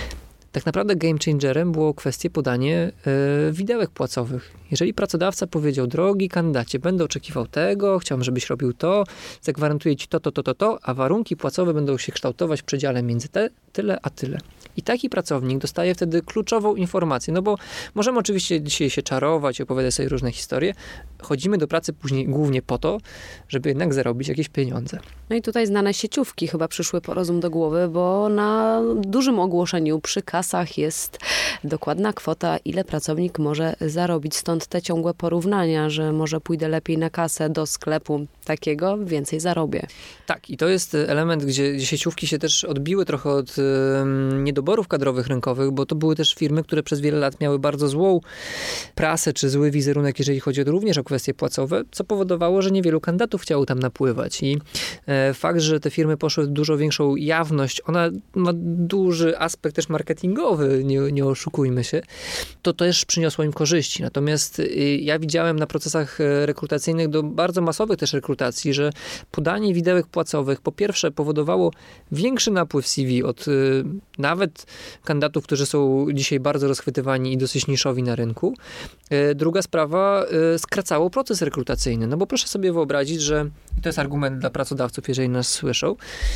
tak naprawdę game changerem było kwestie podanie y, widełek płacowych. Jeżeli pracodawca powiedział, drogi kandydacie, będę oczekiwał tego, chciałbym, żebyś robił to, zagwarantuję ci to, to, to, to, to, a warunki płacowe będą się kształtować w przedziale między te, tyle a tyle. I taki pracownik dostaje wtedy kluczową informację, no bo możemy oczywiście dzisiaj się czarować i opowiadać sobie różne historie. Chodzimy do pracy później głównie po to, żeby jednak zarobić jakieś pieniądze. No i tutaj znane sieciówki chyba przyszły po rozum do głowy, bo na dużym ogłoszeniu przy kasach jest dokładna kwota, ile pracownik może zarobić. Stąd te ciągłe porównania, że może pójdę lepiej na kasę do sklepu takiego, więcej zarobię. Tak, i to jest element, gdzie sieciówki się też odbiły trochę od um, niedoborów kadrowych rynkowych, bo to były też firmy, które przez wiele lat miały bardzo złą prasę, czy zły wizerunek, jeżeli chodzi również o kwestie płacowe, co powodowało, że niewielu kandydatów chciało tam napływać. I e, fakt, że te firmy poszły w dużo większą jawność, ona ma duży aspekt też marketingowy, nie, nie oszukujmy się, to też przyniosło im korzyści. Natomiast y, ja widziałem na procesach rekrutacyjnych do bardzo masowych też rekrutacji, że podanie widełek płacowych po pierwsze powodowało większy napływ C V od y, nawet kandydatów, którzy są dzisiaj bardzo rozchwytywani i dosyć niszowi na rynku. Y, druga sprawa, y, skracało proces rekrutacyjny. No bo proszę sobie wyobrazić, że i to jest argument dla pracodawców, jeżeli nas słyszą,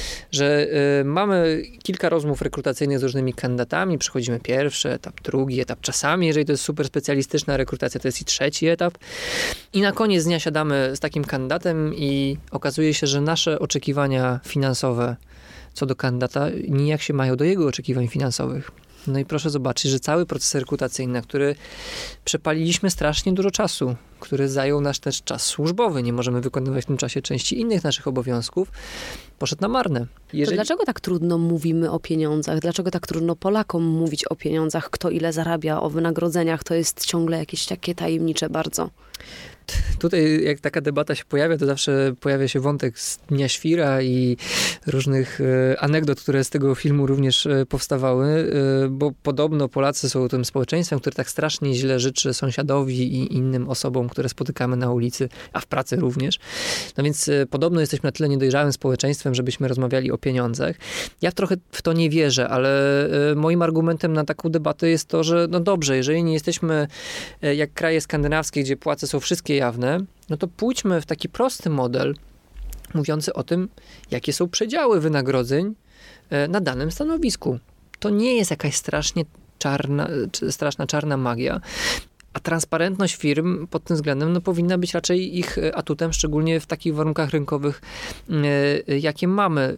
że y, mamy kilka rozmów rekrutacyjnych z różnymi kandydatami, przechodzimy pierwszy etap, drugi etap, czasami, jeżeli to jest super specjalistyczna rekrutacja, to jest i trzeci etap. I na koniec dnia siadamy z takim kandydatem i okazuje się, że nasze oczekiwania finansowe co do kandydata nijak się mają do jego oczekiwań finansowych. No i proszę zobaczyć, że cały proces rekrutacyjny, na który przepaliliśmy strasznie dużo czasu, który zajął nasz też czas służbowy, nie możemy wykonywać w tym czasie części innych naszych obowiązków, poszedł na marne. Jeżeli... To dlaczego tak trudno mówimy o pieniądzach? Dlaczego tak trudno Polakom mówić o pieniądzach? Kto ile zarabia, o wynagrodzeniach? To jest ciągle jakieś takie tajemnicze bardzo. Tutaj jak taka debata się pojawia, to zawsze pojawia się wątek z Dnia Świra i różnych anegdot, które z tego filmu również powstawały, bo podobno Polacy są tym społeczeństwem, które tak strasznie źle życzy sąsiadowi i innym osobom, które spotykamy na ulicy, a w pracy również. No więc podobno jesteśmy na tyle niedojrzałym społeczeństwem, żebyśmy rozmawiali o pieniądzach. Ja trochę w to nie wierzę, ale moim argumentem na taką debatę jest to, że no dobrze, jeżeli nie jesteśmy jak kraje skandynawskie, gdzie płace są wszystkie jawne, no to pójdźmy w taki prosty model mówiący o tym, jakie są przedziały wynagrodzeń na danym stanowisku. To nie jest jakaś strasznie czarna, straszna czarna magia, a transparentność firm pod tym względem no, powinna być raczej ich atutem, szczególnie w takich warunkach rynkowych, jakie mamy.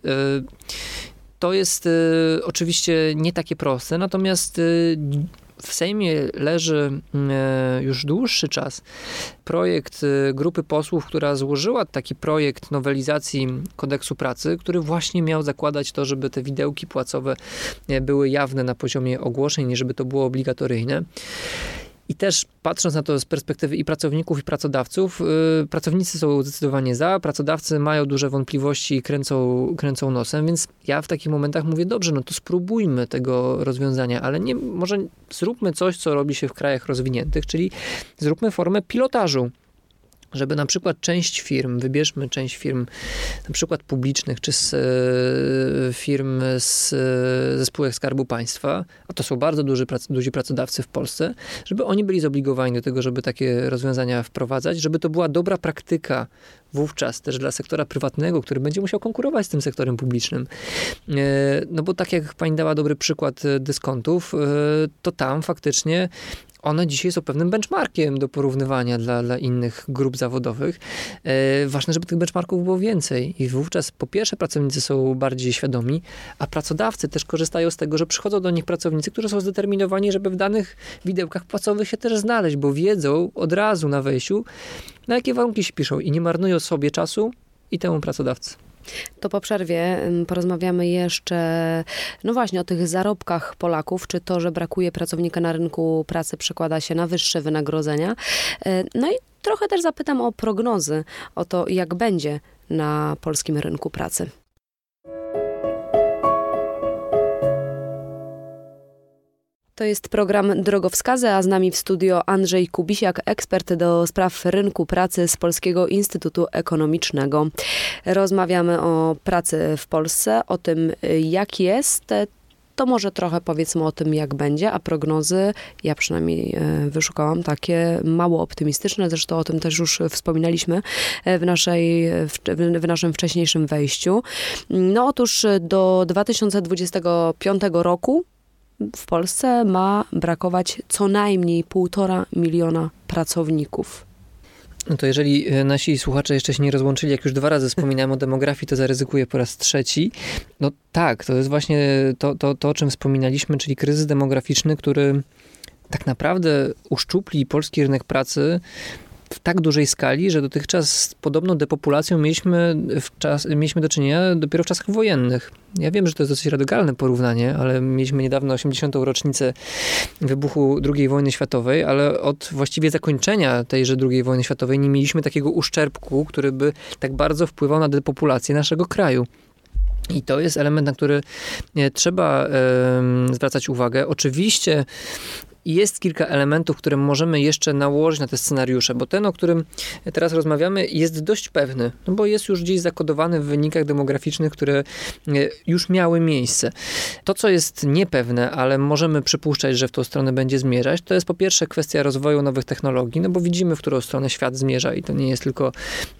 To jest oczywiście nie takie proste, natomiast w Sejmie leży już dłuższy czas projekt grupy posłów, która złożyła taki projekt nowelizacji kodeksu pracy, który właśnie miał zakładać to, żeby te widełki płacowe były jawne na poziomie ogłoszeń, nie żeby to było obligatoryjne. I też patrząc na to z perspektywy i pracowników, i pracodawców, yy, pracownicy są zdecydowanie za, pracodawcy mają duże wątpliwości i kręcą, kręcą nosem, więc ja w takich momentach mówię, dobrze, no to spróbujmy tego rozwiązania, ale nie, może zróbmy coś, co robi się w krajach rozwiniętych, czyli zróbmy formę pilotażu. Żeby na przykład część firm, wybierzmy część firm na przykład publicznych, czy z e, firm z, ze spółek Skarbu Państwa, a to są bardzo duży, prac, duzi pracodawcy w Polsce, żeby oni byli zobligowani do tego, żeby takie rozwiązania wprowadzać, żeby to była dobra praktyka wówczas też dla sektora prywatnego, który będzie musiał konkurować z tym sektorem publicznym. E, no bo tak jak pani dała dobry przykład dyskontów, e, to tam faktycznie one dzisiaj są pewnym benchmarkiem do porównywania dla, dla innych grup zawodowych. E, ważne, żeby tych benchmarków było więcej i wówczas po pierwsze pracownicy są bardziej świadomi, a pracodawcy też korzystają z tego, że przychodzą do nich pracownicy, którzy są zdeterminowani, żeby w danych widełkach płacowych się też znaleźć, bo wiedzą od razu na wejściu, na jakie warunki się piszą i nie marnują sobie czasu i temu pracodawcy. To po przerwie porozmawiamy jeszcze, no właśnie, o tych zarobkach Polaków, czy to, że brakuje pracownika na rynku pracy przekłada się na wyższe wynagrodzenia. No i trochę też zapytam o prognozy, o to, jak będzie na polskim rynku pracy. To jest program Drogowskazy, a z nami w studio Andrzej Kubisiak, ekspert do spraw rynku pracy z Polskiego Instytutu Ekonomicznego. Rozmawiamy o pracy w Polsce, o tym, jak jest. To może trochę powiedzmy o tym, jak będzie, a prognozy, ja przynajmniej wyszukałam takie mało optymistyczne, zresztą o tym też już wspominaliśmy w, naszej, w naszym wcześniejszym wejściu. No otóż do dwa tysiące dwudziestego piątego roku w Polsce ma brakować co najmniej półtora miliona pracowników. No to jeżeli nasi słuchacze jeszcze się nie rozłączyli, jak już dwa razy wspominałem o demografii, to zaryzykuję po raz trzeci. No tak, to jest właśnie to, to, to o czym wspominaliśmy, czyli kryzys demograficzny, który tak naprawdę uszczupli polski rynek pracy w tak dużej skali, że dotychczas z podobną depopulacją mieliśmy, w czas, mieliśmy do czynienia dopiero w czasach wojennych. Ja wiem, że to jest dosyć radykalne porównanie, ale mieliśmy niedawno osiemdziesiątą rocznicę wybuchu drugiej wojny światowej, ale od właściwie zakończenia tejże drugiej wojny światowej nie mieliśmy takiego uszczerbku, który by tak bardzo wpływał na depopulację naszego kraju. I to jest element, na który trzeba e, zwracać uwagę. Oczywiście jest kilka elementów, które możemy jeszcze nałożyć na te scenariusze, bo ten, o którym teraz rozmawiamy, jest dość pewny, no bo jest już gdzieś zakodowany w wynikach demograficznych, które już miały miejsce. To, co jest niepewne, ale możemy przypuszczać, że w tą stronę będzie zmierzać, to jest po pierwsze kwestia rozwoju nowych technologii, no bo widzimy, w którą stronę świat zmierza i to nie jest tylko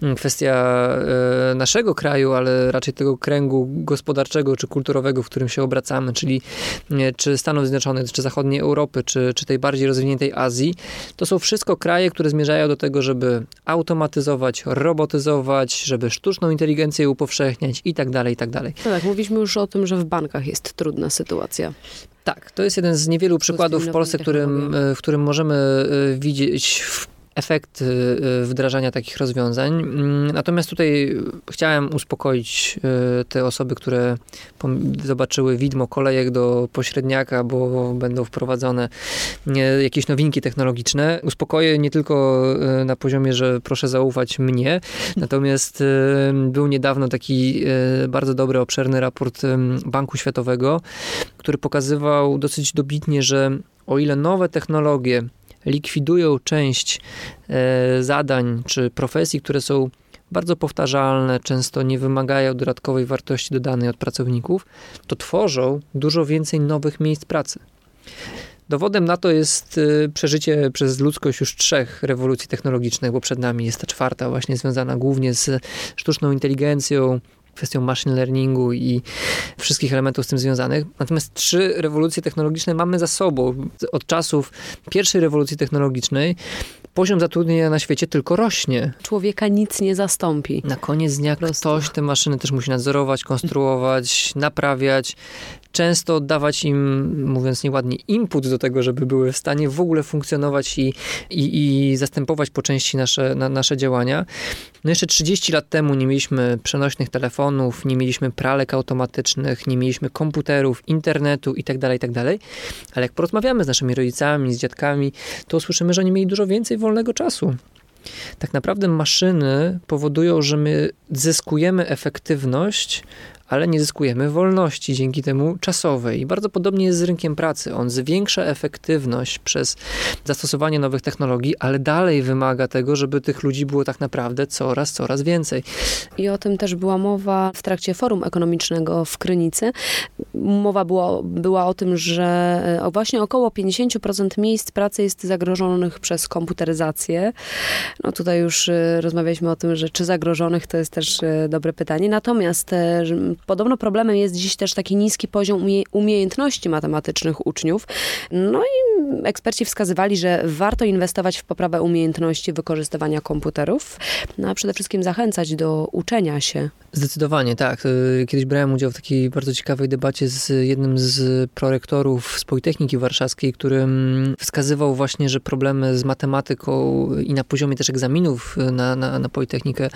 kwestia naszego kraju, ale raczej tego kręgu gospodarczego czy kulturowego, w którym się obracamy, czyli czy Stanów Zjednoczonych, czy zachodniej Europy, czy czy tej bardziej rozwiniętej Azji, to są wszystko kraje, które zmierzają do tego, żeby automatyzować, robotyzować, żeby sztuczną inteligencję upowszechniać i tak dalej, i tak dalej. No tak, mówiliśmy już o tym, że w bankach jest trudna sytuacja. Tak, to jest jeden z niewielu przykładów w Polsce, którym, w którym możemy widzieć efekt wdrażania takich rozwiązań. Natomiast tutaj chciałem uspokoić te osoby, które zobaczyły widmo kolejek do pośredniaka, bo będą wprowadzone jakieś nowinki technologiczne. Uspokoję nie tylko na poziomie, że proszę zaufać mnie, natomiast był niedawno taki bardzo dobry, obszerny raport Banku Światowego, który pokazywał dosyć dobitnie, że o ile nowe technologie likwidują część e, zadań czy profesji, które są bardzo powtarzalne, często nie wymagają dodatkowej wartości dodanej od pracowników, to tworzą dużo więcej nowych miejsc pracy. Dowodem na to jest e, przeżycie przez ludzkość już trzech rewolucji technologicznych, bo przed nami jest ta czwarta, właśnie związana głównie z sztuczną inteligencją, kwestią machine learningu i wszystkich elementów z tym związanych. Natomiast trzy rewolucje technologiczne mamy za sobą. Od czasów pierwszej rewolucji technologicznej poziom zatrudnienia na świecie tylko rośnie. Człowieka nic nie zastąpi. Na koniec dnia ktoś te maszyny też musi nadzorować, konstruować, naprawiać. Często oddawać im, mówiąc nieładnie, input do tego, żeby były w stanie w ogóle funkcjonować i, i, i zastępować po części nasze, na, nasze działania. No jeszcze trzydzieści lat temu nie mieliśmy przenośnych telefonów, nie mieliśmy pralek automatycznych, nie mieliśmy komputerów, internetu itd., itd. Ale jak porozmawiamy z naszymi rodzicami, z dziadkami, to usłyszymy, że oni mieli dużo więcej wolnego czasu. Tak naprawdę maszyny powodują, że my zyskujemy efektywność, ale nie zyskujemy wolności dzięki temu czasowej. I bardzo podobnie jest z rynkiem pracy. On zwiększa efektywność przez zastosowanie nowych technologii, ale dalej wymaga tego, żeby tych ludzi było tak naprawdę coraz, coraz więcej. I o tym też była mowa w trakcie forum ekonomicznego w Krynicy. Mowa była, była o tym, że właśnie około pięćdziesiąt procent miejsc pracy jest zagrożonych przez komputeryzację. No tutaj już rozmawialiśmy o tym, że czy zagrożonych, to jest też dobre pytanie. Natomiast podobno problemem jest dziś też taki niski poziom umie- umiejętności matematycznych uczniów. No i eksperci wskazywali, że warto inwestować w poprawę umiejętności wykorzystywania komputerów, no a przede wszystkim zachęcać do uczenia się. Zdecydowanie, tak. Kiedyś brałem udział w takiej bardzo ciekawej debacie z jednym z prorektorów z Politechniki Warszawskiej, który wskazywał właśnie, że problemy z matematyką i na poziomie też egzaminów na, na, na Politechnikę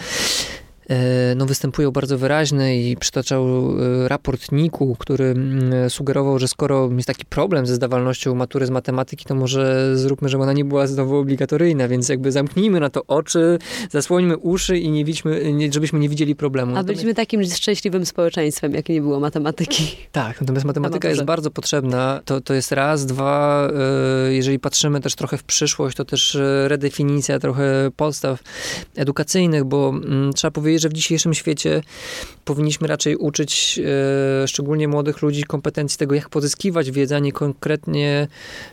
no, występują bardzo wyraźne i przytaczał raport N I K U, który sugerował, że skoro jest taki problem ze zdawalnością matury z matematyki, to może zróbmy, żeby ona nie była znowu obligatoryjna, więc jakby zamknijmy na to oczy, zasłońmy uszy i nie widźmy, nie, żebyśmy nie widzieli problemu. A byliśmy takim szczęśliwym społeczeństwem, jak nie było matematyki. Tak, natomiast matematyka jest bardzo potrzebna. To, to jest raz, dwa, jeżeli patrzymy też trochę w przyszłość, to też redefinicja trochę podstaw edukacyjnych, bo trzeba powiedzieć, że w dzisiejszym świecie powinniśmy raczej uczyć e, szczególnie młodych ludzi kompetencji tego, jak pozyskiwać wiedzę, a nie konkretnie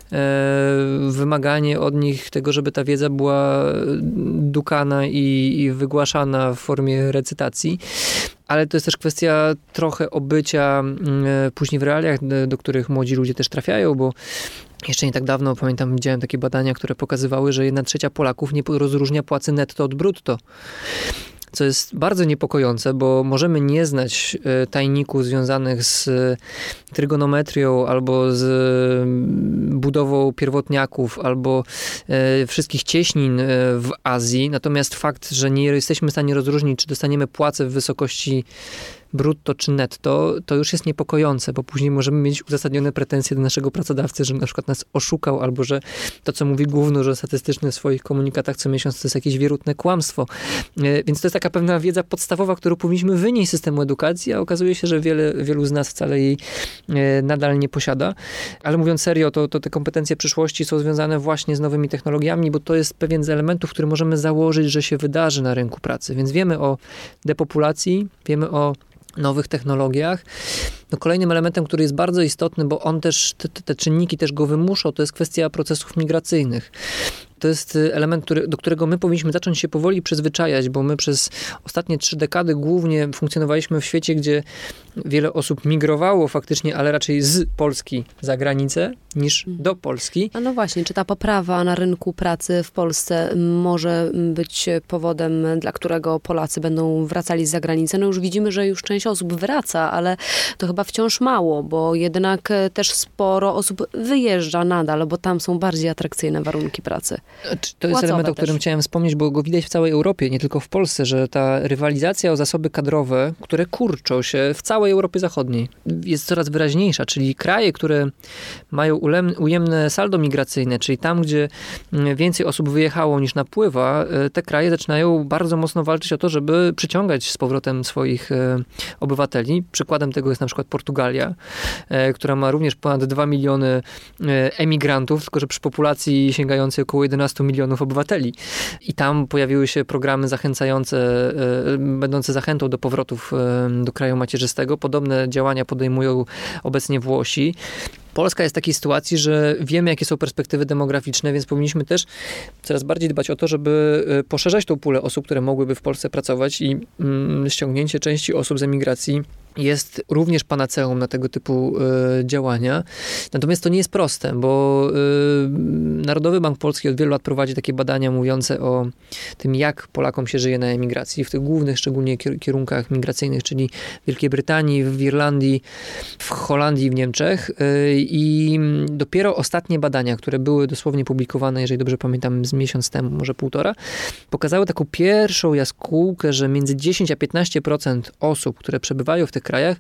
e, wymaganie od nich tego, żeby ta wiedza była dukana i, i wygłaszana w formie recytacji. Ale to jest też kwestia trochę obycia e, później w realiach, do których młodzi ludzie też trafiają, bo jeszcze nie tak dawno, pamiętam, widziałem takie badania, które pokazywały, że jedna trzecia Polaków nie rozróżnia płacy netto od brutto. Co jest bardzo niepokojące, bo możemy nie znać tajników związanych z trygonometrią albo z budową pierwotniaków albo wszystkich cieśnin w Azji. Natomiast fakt, że nie jesteśmy w stanie rozróżnić, czy dostaniemy płacę w wysokości brutto czy netto, to już jest niepokojące, bo później możemy mieć uzasadnione pretensje do naszego pracodawcy, że na przykład nas oszukał, albo że to, co mówi główny statystyczny w swoich komunikatach co miesiąc, to jest jakieś wierutne kłamstwo. Więc to jest taka pewna wiedza podstawowa, którą powinniśmy wynieść z systemu edukacji, a okazuje się, że wiele, wielu z nas wcale jej nadal nie posiada. Ale mówiąc serio, to, to te kompetencje przyszłości są związane właśnie z nowymi technologiami, bo to jest pewien z elementów, który możemy założyć, że się wydarzy na rynku pracy. Więc wiemy o depopulacji, wiemy o nowych technologiach. No kolejnym elementem, który jest bardzo istotny, bo on też, te, te czynniki też go wymuszą, to jest kwestia procesów migracyjnych. To jest element, który, do którego my powinniśmy zacząć się powoli przyzwyczajać, bo my przez ostatnie trzy dekady głównie funkcjonowaliśmy w świecie, gdzie wiele osób migrowało faktycznie, ale raczej z Polski za granicę niż do Polski. A no właśnie, czy ta poprawa na rynku pracy w Polsce może być powodem, dla którego Polacy będą wracali z zagranicy? No już widzimy, że już część osób wraca, ale to chyba wciąż mało, bo jednak też sporo osób wyjeżdża nadal, bo tam są bardziej atrakcyjne warunki pracy. To jest element, o którym też chciałem wspomnieć, bo go widać w całej Europie, nie tylko w Polsce, że ta rywalizacja o zasoby kadrowe, które kurczą się w całej Europie Zachodniej, jest coraz wyraźniejsza, czyli kraje, które mają ujemne saldo migracyjne, czyli tam, gdzie więcej osób wyjechało niż napływa, te kraje zaczynają bardzo mocno walczyć o to, żeby przyciągać z powrotem swoich obywateli. Przykładem tego jest na przykład Portugalia, która ma również ponad dwa miliony emigrantów, tylko że przy populacji sięgającej około jedenaście milionów obywateli. I tam pojawiły się programy zachęcające, będące zachętą do powrotów do kraju macierzystego. Podobne działania podejmują obecnie Włosi. Polska jest w takiej sytuacji, że wiemy, jakie są perspektywy demograficzne, więc powinniśmy też coraz bardziej dbać o to, żeby poszerzać tą pulę osób, które mogłyby w Polsce pracować i mm, ściągnięcie części osób z emigracji jest również panaceum na tego typu y, działania. Natomiast to nie jest proste, bo y, Narodowy Bank Polski od wielu lat prowadzi takie badania mówiące o tym, jak Polakom się żyje na emigracji, w tych głównych szczególnie kierunkach migracyjnych, czyli w Wielkiej Brytanii, w Irlandii, w Holandii i w Niemczech. Y, I dopiero ostatnie badania, które były dosłownie publikowane, jeżeli dobrze pamiętam, z miesiąc temu, może półtora, pokazały taką pierwszą jaskółkę, że między dziesięć a piętnaście procent osób, które przebywają w tych krajach,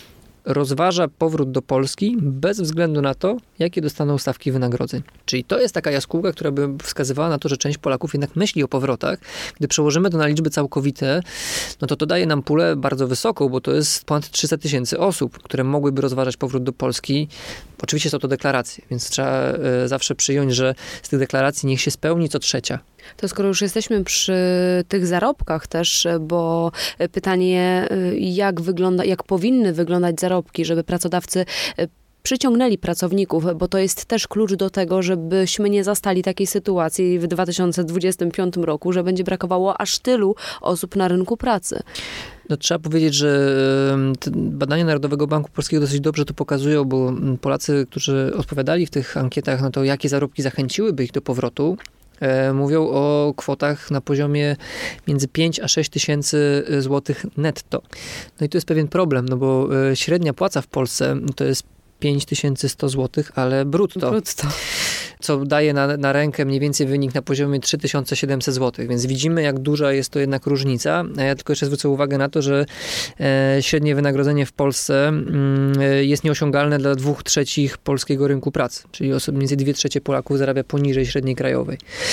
rozważa powrót do Polski bez względu na to, jakie dostaną stawki wynagrodzeń. Czyli to jest taka jaskółka, która by wskazywała na to, że część Polaków jednak myśli o powrotach. Gdy przełożymy to na liczby całkowite, no to to daje nam pulę bardzo wysoką, bo to jest ponad trzysta tysięcy osób, które mogłyby rozważać powrót do Polski. Oczywiście są to deklaracje, więc trzeba y, zawsze przyjąć, że z tych deklaracji niech się spełni co trzecia. To skoro już jesteśmy przy tych zarobkach też, bo pytanie, jak wygląda, jak powinny wyglądać zarobki, żeby pracodawcy przyciągnęli pracowników, bo to jest też klucz do tego, żebyśmy nie zastali takiej sytuacji w dwa tysiące dwudziestym piątym roku, że będzie brakowało aż tylu osób na rynku pracy. No, trzeba powiedzieć, że badania Narodowego Banku Polskiego dosyć dobrze to pokazują, bo Polacy, którzy odpowiadali w tych ankietach na to, jakie zarobki zachęciłyby ich do powrotu, mówią o kwotach na poziomie między pięć a sześć tysięcy złotych netto. No i tu jest pewien problem, no bo średnia płaca w Polsce to jest pięć tysięcy sto złotych, ale brutto. Brutto. Co daje na, na rękę mniej więcej wynik na poziomie trzy tysiące siedemset złotych, więc widzimy, jak duża jest to jednak różnica. A ja tylko jeszcze zwrócę uwagę na to, że e, średnie wynagrodzenie w Polsce mm, jest nieosiągalne dla dwóch trzecich polskiego rynku pracy, czyli osob, mniej więcej dwie trzecie Polaków zarabia poniżej średniej krajowej.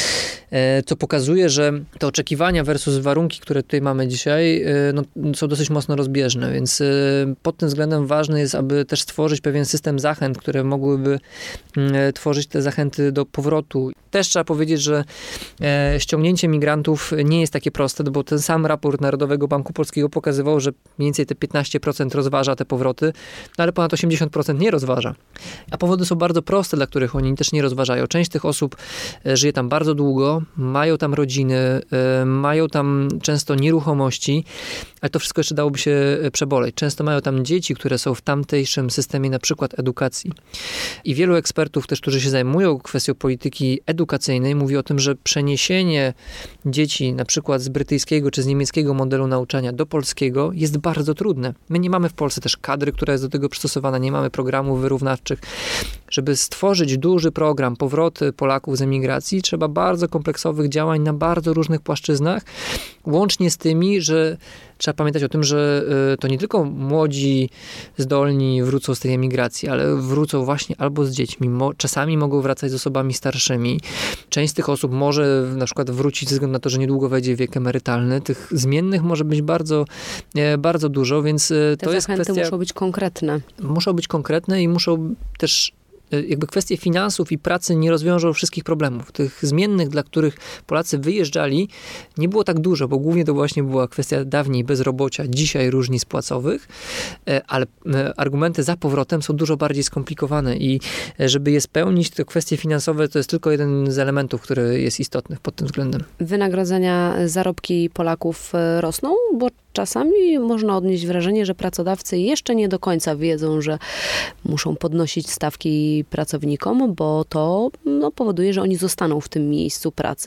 E, co pokazuje, że te oczekiwania versus warunki, które tutaj mamy dzisiaj, e, no, są dosyć mocno rozbieżne, więc e, pod tym względem ważne jest, aby też stworzyć pewien system zachęt, które mogłyby e, tworzyć te zachęty do powrotu. Też trzeba powiedzieć, że e, ściągnięcie migrantów nie jest takie proste, bo ten sam raport Narodowego Banku Polskiego pokazywał, że mniej więcej te piętnaście procent rozważa te powroty, no ale ponad osiemdziesiąt procent nie rozważa. A powody są bardzo proste, dla których oni też nie rozważają. Część tych osób e, żyje tam bardzo długo, mają tam rodziny, e, mają tam często nieruchomości, ale to wszystko jeszcze dałoby się przeboleć. Często mają tam dzieci, które są w tamtejszym systemie na przykład edukacji. I wielu ekspertów też, którzy się zajmują kwestią polityki edukacyjnej, mówi o tym, że przeniesienie dzieci na przykład z brytyjskiego czy z niemieckiego modelu nauczania do polskiego jest bardzo trudne. My nie mamy w Polsce też kadry, która jest do tego przystosowana, nie mamy programów wyrównawczych. Żeby stworzyć duży program powroty Polaków z emigracji, trzeba bardzo kompleksowych działań na bardzo różnych płaszczyznach, łącznie z tymi, że trzeba pamiętać o tym, że to nie tylko młodzi, zdolni wrócą z tej emigracji, ale wrócą właśnie albo z dziećmi. Czasami mogą wracać z osobami starszymi. Część z tych osób może na przykład wrócić ze względu na to, że niedługo wejdzie wiek emerytalny. Tych zmiennych może być bardzo, bardzo dużo, więc Te to jest kwestia... zachęty muszą być konkretne. Muszą być konkretne i muszą też jakby kwestie finansów i pracy nie rozwiążą wszystkich problemów. Tych zmiennych, dla których Polacy wyjeżdżali, nie było tak dużo, bo głównie to właśnie była kwestia dawniej bezrobocia, dzisiaj różnic płacowych, ale argumenty za powrotem są dużo bardziej skomplikowane i żeby je spełnić, to kwestie finansowe to jest tylko jeden z elementów, który jest istotny pod tym względem. Wynagrodzenia, zarobki Polaków rosną, bo czasami można odnieść wrażenie, że pracodawcy jeszcze nie do końca wiedzą, że muszą podnosić stawki pracownikom, bo to no, powoduje, że oni zostaną w tym miejscu pracy.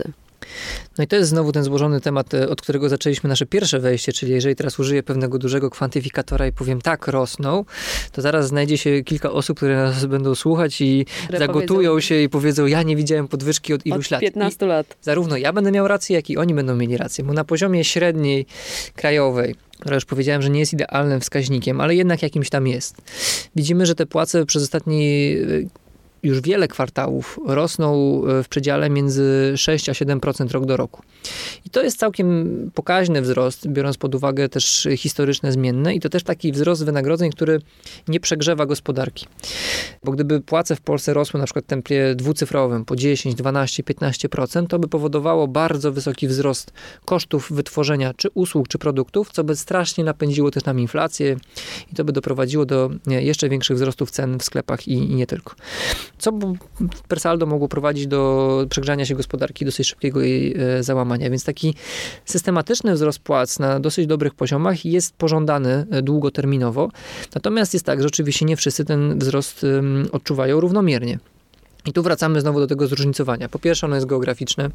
No i to jest znowu ten złożony temat, od którego zaczęliśmy nasze pierwsze wejście, czyli jeżeli teraz użyję pewnego dużego kwantyfikatora i powiem tak, rosną, to zaraz znajdzie się kilka osób, które nas będą słuchać i które zagotują powiedzą, się i powiedzą, ja nie widziałem podwyżki od iluś od lat. piętnastu lat. Zarówno ja będę miał rację, jak i oni będą mieli rację, bo na poziomie średniej krajowej, która już powiedziałem, że nie jest idealnym wskaźnikiem, ale jednak jakimś tam jest. Widzimy, że te płace przez ostatni już wiele kwartałów rosną w przedziale między sześć a siedem procent rok do roku. I to jest całkiem pokaźny wzrost, biorąc pod uwagę też historyczne zmienne i to też taki wzrost wynagrodzeń, który nie przegrzewa gospodarki. Bo gdyby płace w Polsce rosły na przykład w tempie dwucyfrowym po dziesięć, dwanaście, piętnaście procent, to by powodowało bardzo wysoki wzrost kosztów wytworzenia czy usług, czy produktów, co by strasznie napędziło też nam inflację i to by doprowadziło do jeszcze większych wzrostów cen w sklepach i, i nie tylko. Co per saldo mogło prowadzić do przegrzania się gospodarki, dosyć szybkiego jej e, załamania. Więc taki systematyczny wzrost płac na dosyć dobrych poziomach jest pożądany długoterminowo. Natomiast jest tak, że oczywiście nie wszyscy ten wzrost e, odczuwają równomiernie. I tu wracamy znowu do tego zróżnicowania. Po pierwsze, ono jest geograficzne,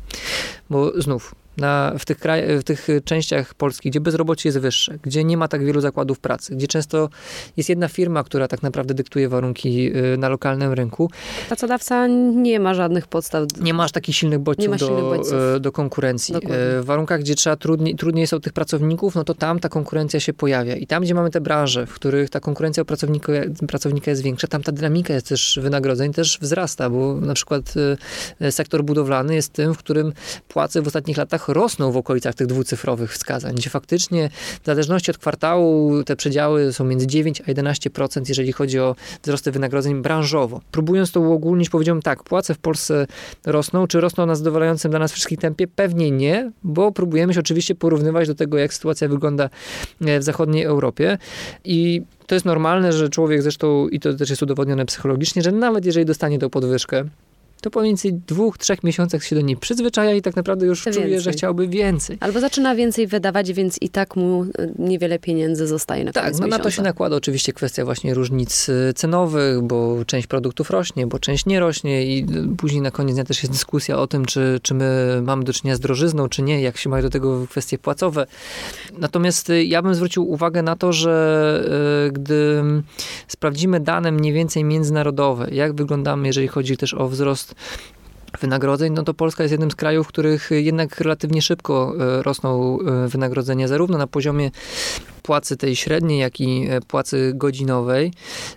bo znów na, w, tych kraj, w tych częściach Polski, gdzie bezrobocie jest wyższe, gdzie nie ma tak wielu zakładów pracy, gdzie często jest jedna firma, która tak naprawdę dyktuje warunki na lokalnym rynku. Pracodawca nie ma żadnych podstaw. Nie ma aż takich silnych bodźców do, do konkurencji. Dokładnie. W warunkach, gdzie trzeba trudniej, trudniej są tych pracowników, no to tam ta konkurencja się pojawia. I tam, gdzie mamy te branże, w których ta konkurencja o pracownika, pracownika jest większa, tam ta dynamika jest też wynagrodzeń też wzrasta, bo na przykład sektor budowlany jest tym, w którym płace w ostatnich latach rosną w okolicach tych dwucyfrowych wskazań, gdzie faktycznie w zależności od kwartału te przedziały są między dziewięć a jedenaście procent, jeżeli chodzi o wzrosty wynagrodzeń branżowo. Próbując to uogólnić, powiedziałem tak, płace w Polsce rosną, czy rosną na zadowalającym dla nas wszystkich tempie? Pewnie nie, bo próbujemy się oczywiście porównywać do tego, jak sytuacja wygląda w zachodniej Europie i to jest normalne, że człowiek zresztą, i to też jest udowodnione psychologicznie, że nawet jeżeli dostanie tą podwyżkę, to po mniej więcej dwóch, trzech miesiącach się do niej przyzwyczaja i tak naprawdę już czuje, więcej. Że chciałby więcej. Albo zaczyna więcej wydawać, więc i tak mu niewiele pieniędzy zostaje na koniec Tak, no na to się nakłada oczywiście kwestia właśnie różnic cenowych, bo część produktów rośnie, bo część nie rośnie i później na koniec dnia też jest dyskusja o tym, czy, czy my mamy do czynienia z drożyzną, czy nie, jak się mają do tego kwestie płacowe. Natomiast ja bym zwrócił uwagę na to, że gdy sprawdzimy dane mniej więcej międzynarodowe, jak wyglądamy, jeżeli chodzi też o wzrost wynagrodzeń, no to Polska jest jednym z krajów, w których jednak relatywnie szybko rosną wynagrodzenia, zarówno na poziomie płacy tej średniej, jak i płacy godzinowej.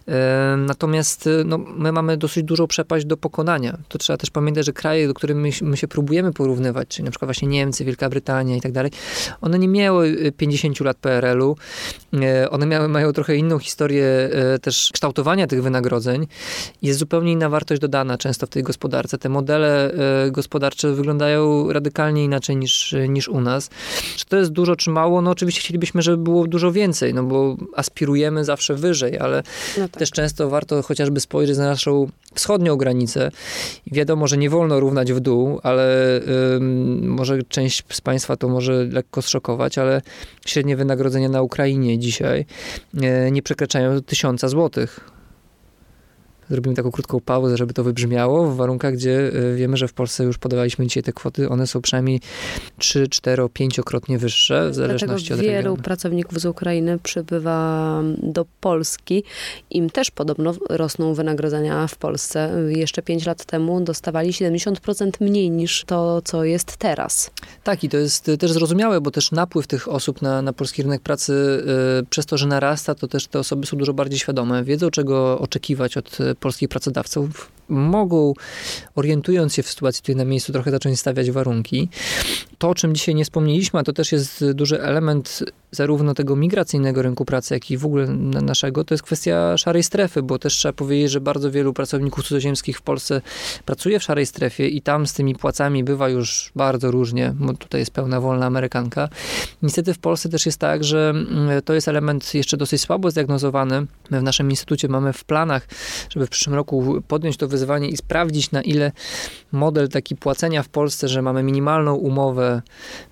Natomiast no, my mamy dosyć dużą przepaść do pokonania. To trzeba też pamiętać, że kraje, do których my, my się próbujemy porównywać, czyli na przykład właśnie Niemcy, Wielka Brytania i tak dalej, one nie miały pięćdziesięciu lat P R L-u. One miały, mają trochę inną historię też kształtowania tych wynagrodzeń. Jest zupełnie inna wartość dodana często w tej gospodarce. Te modele gospodarcze wyglądają radykalnie inaczej niż, niż u nas. Czy to jest dużo, czy mało? No oczywiście chcielibyśmy, żeby było dużo więcej, no bo aspirujemy zawsze wyżej, ale no tak. Też często warto chociażby spojrzeć na naszą wschodnią granicę. I wiadomo, że nie wolno równać w dół, ale ym, może część z Państwa to może lekko zszokować, ale średnie wynagrodzenia na Ukrainie dzisiaj yy, nie przekraczają tysiąca złotych. Zrobimy taką krótką pauzę, żeby to wybrzmiało, w warunkach, gdzie wiemy, że w Polsce już podawaliśmy dzisiaj te kwoty, one są przynajmniej trzy, cztero, pięciokrotnie wyższe, w zależności od regionu. Wielu pracowników z Ukrainy przybywa do Polski. Im też podobno rosną wynagrodzenia w Polsce. Jeszcze pięć lat temu dostawali siedemdziesiąt procent mniej niż to, co jest teraz. Tak, i to jest też zrozumiałe, bo też napływ tych osób na, na polski rynek pracy yy, przez to, że narasta, to też te osoby są dużo bardziej świadome. Wiedzą, czego oczekiwać od polskich pracodawców, mogą, orientując się w sytuacji tutaj na miejscu, trochę zacząć stawiać warunki. To, o czym dzisiaj nie wspomnieliśmy, a to też jest duży element zarówno tego migracyjnego rynku pracy, jak i w ogóle naszego, to jest kwestia szarej strefy, bo też trzeba powiedzieć, że bardzo wielu pracowników cudzoziemskich w Polsce pracuje w szarej strefie i tam z tymi płacami bywa już bardzo różnie, bo tutaj jest pełna wolna amerykanka. Niestety w Polsce też jest tak, że to jest element jeszcze dosyć słabo zdiagnozowany. My w naszym instytucie mamy w planach, żeby w przyszłym roku podjąć to wyzwanie i sprawdzić, na ile model taki płacenia w Polsce, że mamy minimalną umowę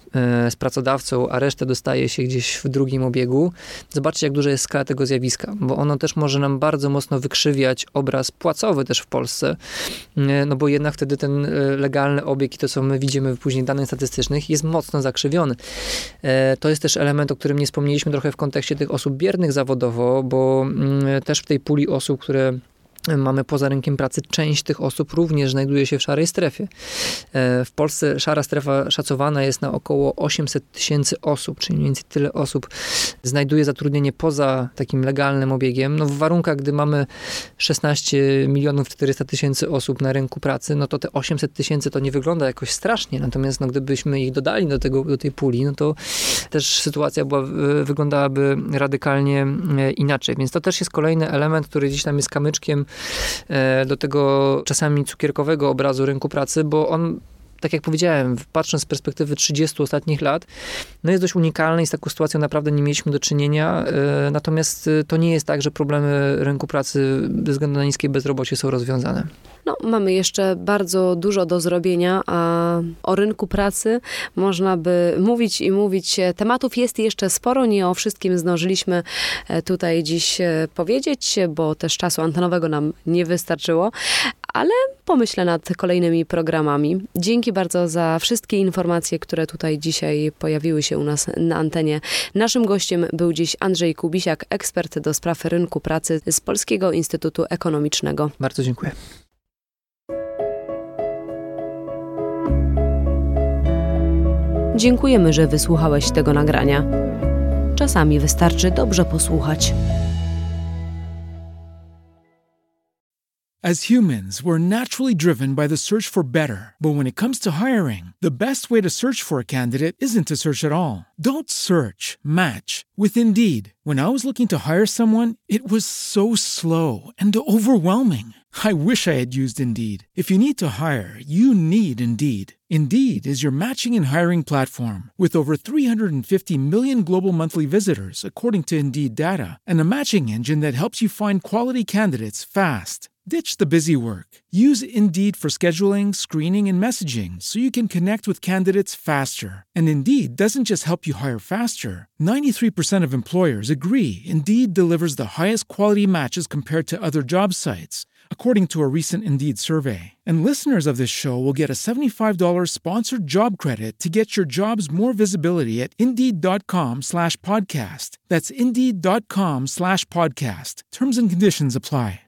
z pracodawcą, a resztę dostaje się gdzieś w drugim obiegu. Zobaczcie, jak duża jest skala tego zjawiska, bo ono też może nam bardzo mocno wykrzywiać obraz płacowy też w Polsce, no bo jednak wtedy ten legalny obieg i to, co my widzimy później w danych statystycznych, jest mocno zakrzywiony. To jest też element, o którym nie wspomnieliśmy trochę w kontekście tych osób biernych zawodowo, bo też w tej puli osób, które mamy poza rynkiem pracy, część tych osób również znajduje się w szarej strefie. W Polsce szara strefa szacowana jest na około osiemset tysięcy osób, czyli mniej więcej tyle osób znajduje zatrudnienie poza takim legalnym obiegiem. No w warunkach, gdy mamy szesnaście milionów czterysta tysięcy osób na rynku pracy, no to te osiemset tysięcy to nie wygląda jakoś strasznie, natomiast no, gdybyśmy ich dodali do, tego, do tej puli, no to też sytuacja była, wyglądałaby radykalnie inaczej. Więc to też jest kolejny element, który gdzieś tam jest kamyczkiem do tego czasami cukierkowego obrazu rynku pracy, bo on, tak jak powiedziałem, patrząc z perspektywy trzydziestu ostatnich lat, no jest dość unikalny i z taką sytuacją naprawdę nie mieliśmy do czynienia. Natomiast to nie jest tak, że problemy rynku pracy ze względu na niskie bezrobocie są rozwiązane. No, mamy jeszcze bardzo dużo do zrobienia, a o rynku pracy można by mówić i mówić. Tematów jest jeszcze sporo, nie o wszystkim zdążyliśmy tutaj dziś powiedzieć, bo też czasu antenowego nam nie wystarczyło, ale pomyślę nad kolejnymi programami. Dzięki bardzo za wszystkie informacje, które tutaj dzisiaj pojawiły się u nas na antenie. Naszym gościem był dziś Andrzej Kubisiak, ekspert do spraw rynku pracy z Polskiego Instytutu Ekonomicznego. Bardzo dziękuję. Dziękujemy, że wysłuchałeś tego nagrania. Czasami wystarczy dobrze posłuchać. As humans, we're naturally driven by the search for better. But when it comes to hiring, the best way to search for a candidate isn't to search at all. Don't search, match with Indeed. When I was looking to hire someone, it was so slow and overwhelming. I wish I had used Indeed. If you need to hire, you need Indeed. Indeed is your matching and hiring platform with over three hundred fifty million global monthly visitors, according to Indeed data, and a matching engine that helps you find quality candidates fast. Ditch the busy work. Use Indeed for scheduling, screening, and messaging so you can connect with candidates faster. And Indeed doesn't just help you hire faster. ninety-three percent of employers agree Indeed delivers the highest quality matches compared to other job sites, according to a recent Indeed survey. And listeners of this show will get a seventy-five dollars sponsored job credit to get your jobs more visibility at Indeed.com slash podcast. That's Indeed.com slash podcast. Terms and conditions apply.